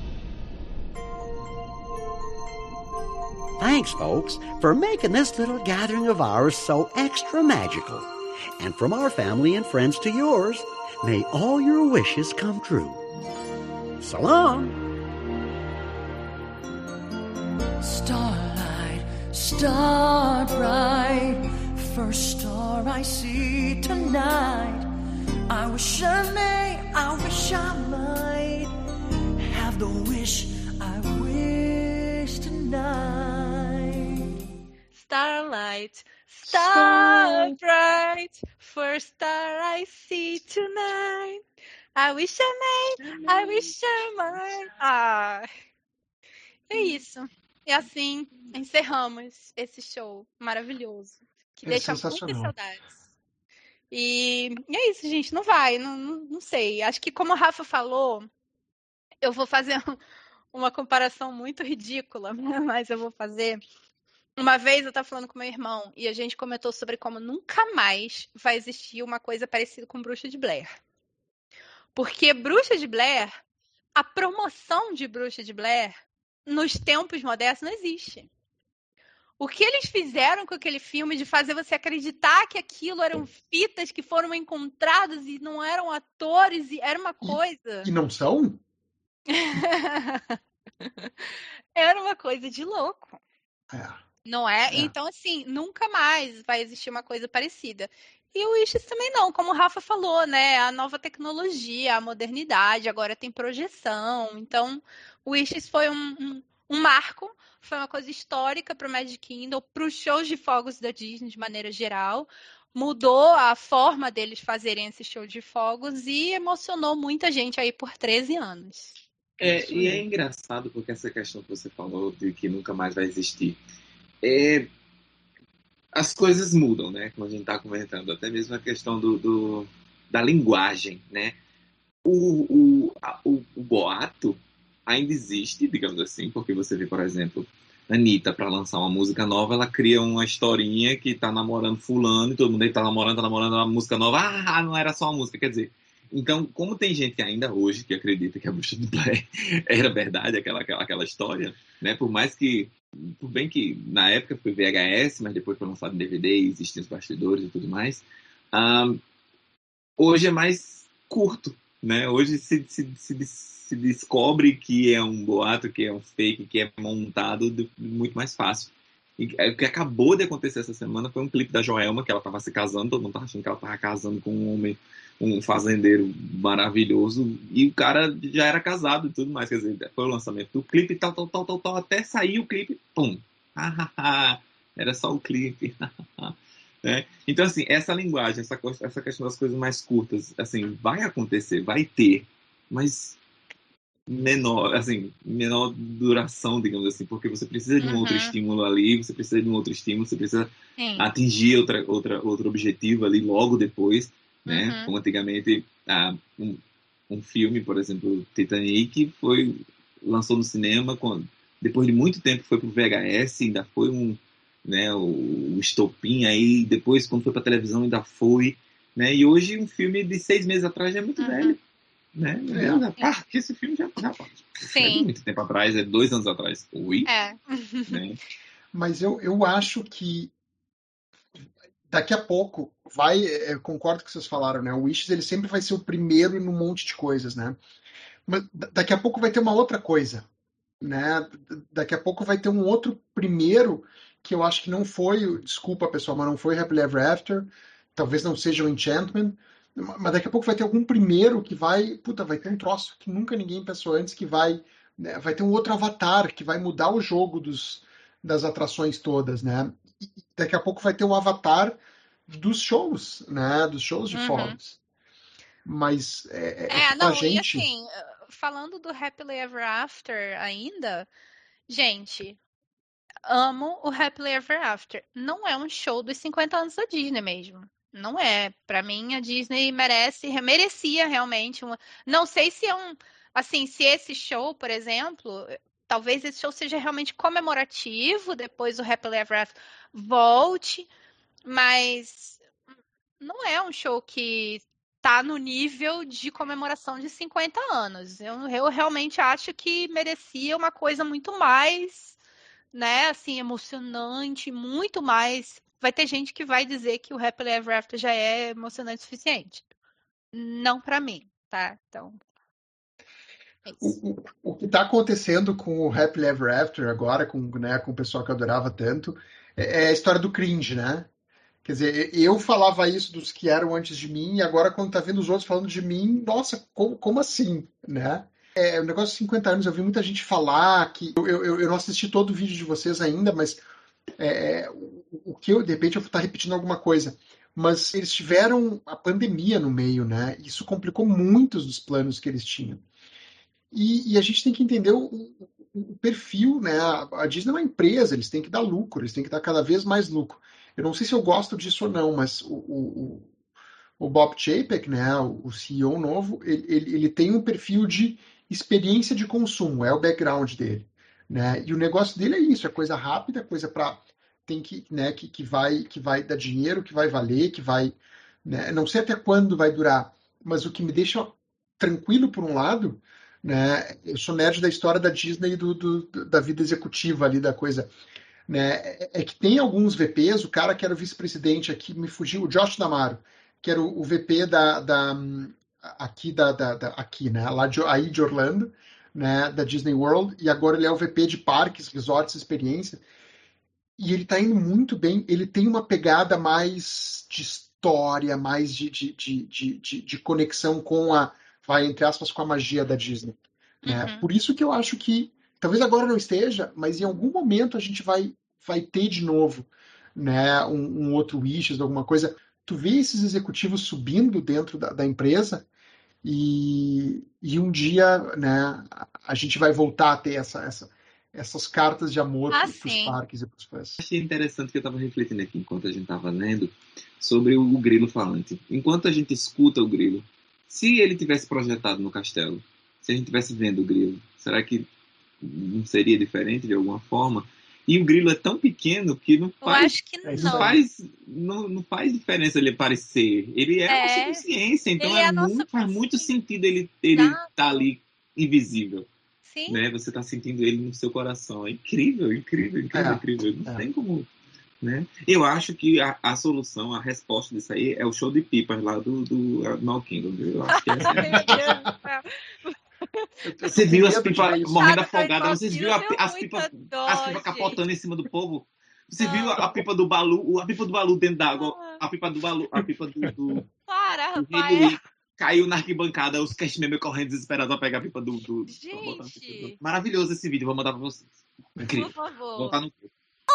Thanks, folks, for making this little gathering of ours so extra magical. And from our family and friends to yours, may all your wishes come true. So long. Starlight, star bright, first star I see tonight. I wish I may, I wish I might have the wish I wish tonight. Starlight, star bright, first star I see tonight. I wish I may, I wish I might. Ah, é isso. E assim encerramos esse show maravilhoso, que É deixa muitas sensacional. saudades. E, e é isso, gente. Não vai, não, não, não sei. Acho que como o Rafa falou, eu vou fazer um- uma comparação muito ridícula, mas eu vou fazer. Uma vez eu estava falando com meu irmão e a gente comentou sobre como nunca mais vai existir uma coisa parecida com Bruxa de Blair. Porque Bruxa de Blair, a promoção de Bruxa de Blair, nos tempos modernos, não existe. O que eles fizeram com aquele filme de fazer você acreditar que aquilo eram fitas que foram encontradas e não eram atores, e era uma coisa. E não são? Era uma coisa de louco. É. Não é? É. Então, assim, nunca mais vai existir uma coisa parecida. E o Wishes também não, como o Rafa falou, né? A nova tecnologia, a modernidade, agora tem projeção. Então, o Wishes foi um, um, um marco, foi uma coisa histórica para o Magic Kingdom, para os shows de fogos da Disney de maneira geral. Mudou a forma deles fazerem esse show de fogos e emocionou muita gente aí por treze anos. É, e é engraçado porque essa questão que você falou de que nunca mais vai existir. É, as coisas mudam, né? Como a gente está comentando, até mesmo a questão do, do, da linguagem, né? O, o, a, o, o boato ainda existe, digamos assim, porque você vê, por exemplo, a Anitta, para lançar uma música nova, ela cria uma historinha que tá namorando fulano, e todo mundo aí tá namorando, tá namorando uma música nova, ah, não era só uma música, quer dizer... Então, como tem gente ainda hoje que acredita que a Bruxa do Blair era verdade, aquela, aquela, aquela história, né? Por mais que, por bem que na época foi V H S, mas depois foi lançado em D V D, existem os bastidores e tudo mais, um, hoje é mais curto, né? Hoje se, se, se, se descobre que é um boato, que é um fake, que é montado de, muito mais fácil. E o que acabou de acontecer essa semana foi um clipe da Joelma, que ela estava se casando, todo mundo estava achando que ela estava casando com um homem, um fazendeiro maravilhoso, e o cara já era casado e tudo mais, quer dizer, foi o lançamento do clipe, tal, tal, tal, tal, tal, até sair o clipe, pum, era só o clipe, né? Então, assim, essa linguagem, essa, essa questão das coisas mais curtas, assim, vai acontecer, vai ter, mas menor, assim, menor duração, digamos assim, porque você precisa de um uhum. outro estímulo ali, você precisa de um outro estímulo, você precisa Sim. atingir outra, outra, outro objetivo ali logo depois, né? Uhum. Como antigamente ah, um, um filme, por exemplo, Titanic, foi, lançou no cinema, quando, depois de muito tempo foi pro V H S, ainda foi um, né, o, o estopim aí, depois quando foi pra televisão ainda foi, né? E hoje um filme de seis meses atrás já é muito uhum. velho. Né? É. Ah, que esse filme já, já é de muito tempo atrás, é dois anos atrás. Oi? É. Né? Mas eu, eu acho que daqui a pouco vai, eu concordo com o que vocês falaram, né? O Wishes ele sempre vai ser o primeiro num monte de coisas, né? Mas daqui a pouco vai ter uma outra coisa, né? Daqui a pouco vai ter um outro primeiro que eu acho que não foi, desculpa pessoal, mas não foi Happily Ever After, talvez não seja o Enchantment. Mas daqui a pouco vai ter algum primeiro que vai... Puta, vai ter um troço que nunca ninguém pensou antes, que vai... Né, vai ter um outro avatar, que vai mudar o jogo dos, das atrações todas, né? E daqui a pouco vai ter um avatar dos shows, né? Dos shows de uhum. fogos. Mas é, é, é não, a gente... e assim, falando do Happily Ever After ainda, gente... Amo o Happily Ever After. Não é um show dos cinquenta anos da Disney mesmo. Não é. Pra mim, a Disney merece, merecia realmente uma... Não sei se é um... Assim, se esse show, por exemplo, talvez esse show seja realmente comemorativo, depois o Happily Ever After volte, mas não é um show que tá no nível de comemoração de cinquenta anos. Eu, eu realmente acho que merecia uma coisa muito mais, né, assim, emocionante, muito mais... Vai ter gente que vai dizer que o Happily Ever After já é emocionante o suficiente. Não pra mim, tá? Então, é o, o, o que tá acontecendo com o Happily Ever After agora, com, né, com o pessoal que eu adorava tanto, é, é a história do cringe, né? Quer dizer, eu falava isso dos que eram antes de mim, e agora quando tá vendo os outros falando de mim, nossa, como, como assim, né? É, o negócio de cinquenta anos, eu vi muita gente falar que... Eu, eu, eu não assisti todo o vídeo de vocês ainda, mas... É, o que eu, de repente, eu vou estar repetindo alguma coisa, mas eles tiveram a pandemia no meio, né? Isso complicou muitos dos planos que eles tinham. E, e a gente tem que entender o, o, o perfil, né? A, a Disney é uma empresa, eles têm que dar lucro, eles têm que dar cada vez mais lucro. Eu não sei se eu gosto disso ou não, mas o, o, o Bob Chapek, né? O, o C E O novo, ele, ele, ele tem um perfil de experiência de consumo, é o background dele. Né? E o negócio dele é isso, é coisa rápida, coisa para tem que, né, que, que vai que vai dar dinheiro, que vai valer, que vai, né, não sei até quando vai durar, mas o que me deixa tranquilo por um lado, né, eu sou nerd da história da Disney e do, do, da vida executiva ali da coisa, né, é, é que tem alguns V Ps, o cara que era o vice-presidente aqui, me fugiu, o Josh D'Amaro, que era o, o V P da, da aqui da, da, da aqui, né, lá de, aí de Orlando, né, da Disney World, e agora ele é o V P de parques, resorts, experiência. e ele tá indo muito bem. Ele tem uma pegada mais de história, mais de, de, de, de, de, de conexão com a, vai, entre aspas, com a magia da Disney. Né? Uhum. Por isso que eu acho que, talvez agora não esteja, mas em algum momento a gente vai, vai ter de novo, né, um, um outro Wishes, alguma coisa. Tu vê esses executivos subindo dentro da, da empresa e, e um dia, né, a, a gente vai voltar a ter essa, essa, essas cartas de amor Ah, para os sim. parques e para os fãs. Achei interessante que eu estava refletindo aqui enquanto a gente estava lendo sobre o, o grilo falante. Enquanto a gente escuta o grilo, se ele tivesse projetado no castelo, se a gente tivesse vendo o grilo, será que não seria diferente de alguma forma? E o grilo é tão pequeno que não Eu faz, acho que É isso não não. aí. faz, não, não faz diferença ele aparecer. Ele é, a É. nossa consciência, então Ele é é a nossa muito, faz muito consciência. sentido ele ele Exato. tá ali invisível, Sim. né? Você tá sentindo ele no seu coração. É incrível, incrível, incrível, É. incrível. Não É. tem como, né? Eu acho que a, a solução, a resposta disso aí é o show de pipas lá do, do Animal Kingdom. Eu acho que é assim. Ai, meu Deus do céu. Eu tô Você com viu as medo de pipas ver isso. morrendo Sabe, do afogadas? Animal Vocês Kingdom viram a- deu as muita pipas dó, as pipas gente. capotando em cima do povo? Você Não. viu a, a pipa do Balu, a pipa do Balu dentro d'água, Ah. a pipa do Balu, a pipa do, do, Para, do Rei Rafael. Louis caiu na arquibancada, os cast members correndo desesperados pra pegar a pipa do... do pra botar na pipa do- Gente, Maravilhoso esse vídeo, vou mandar pra vocês. por Incrível. favor. Vou botar no grupo.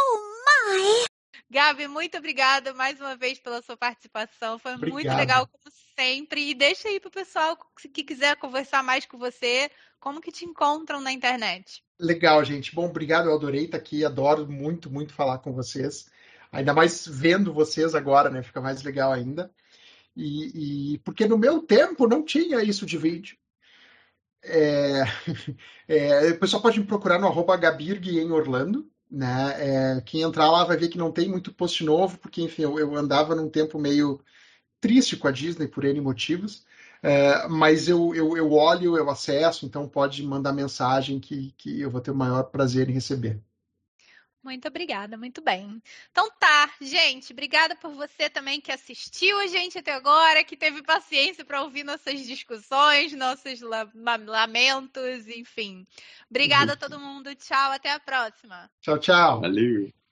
Gabi, muito obrigada mais uma vez pela sua participação. Foi muito Obrigado. legal, como sempre. E deixa aí pro pessoal que quiser conversar mais com você, como que te encontram na internet. Legal, gente. Bom, obrigado. Eu adorei estar aqui. Adoro muito, muito falar com vocês. Ainda mais vendo vocês agora, né? Fica mais legal ainda. E, e- porque no meu tempo não tinha isso de vídeo. É, é, o pessoal pode me procurar no arroba Gabirg em Orlando, né? É, quem entrar lá vai ver que não tem muito post novo, porque, enfim, eu, eu andava num tempo meio triste com a Disney por N motivos. É, mas eu, eu, eu olho, eu acesso, então pode mandar mensagem que, que eu vou ter o maior prazer em receber. Muito obrigada, muito bem. Então tá, gente, obrigada por você também que assistiu a gente até agora, que teve paciência para ouvir nossas discussões, nossos la- ma- lamentos, enfim. Obrigada a todo mundo, tchau, até a próxima. Tchau, tchau. Valeu.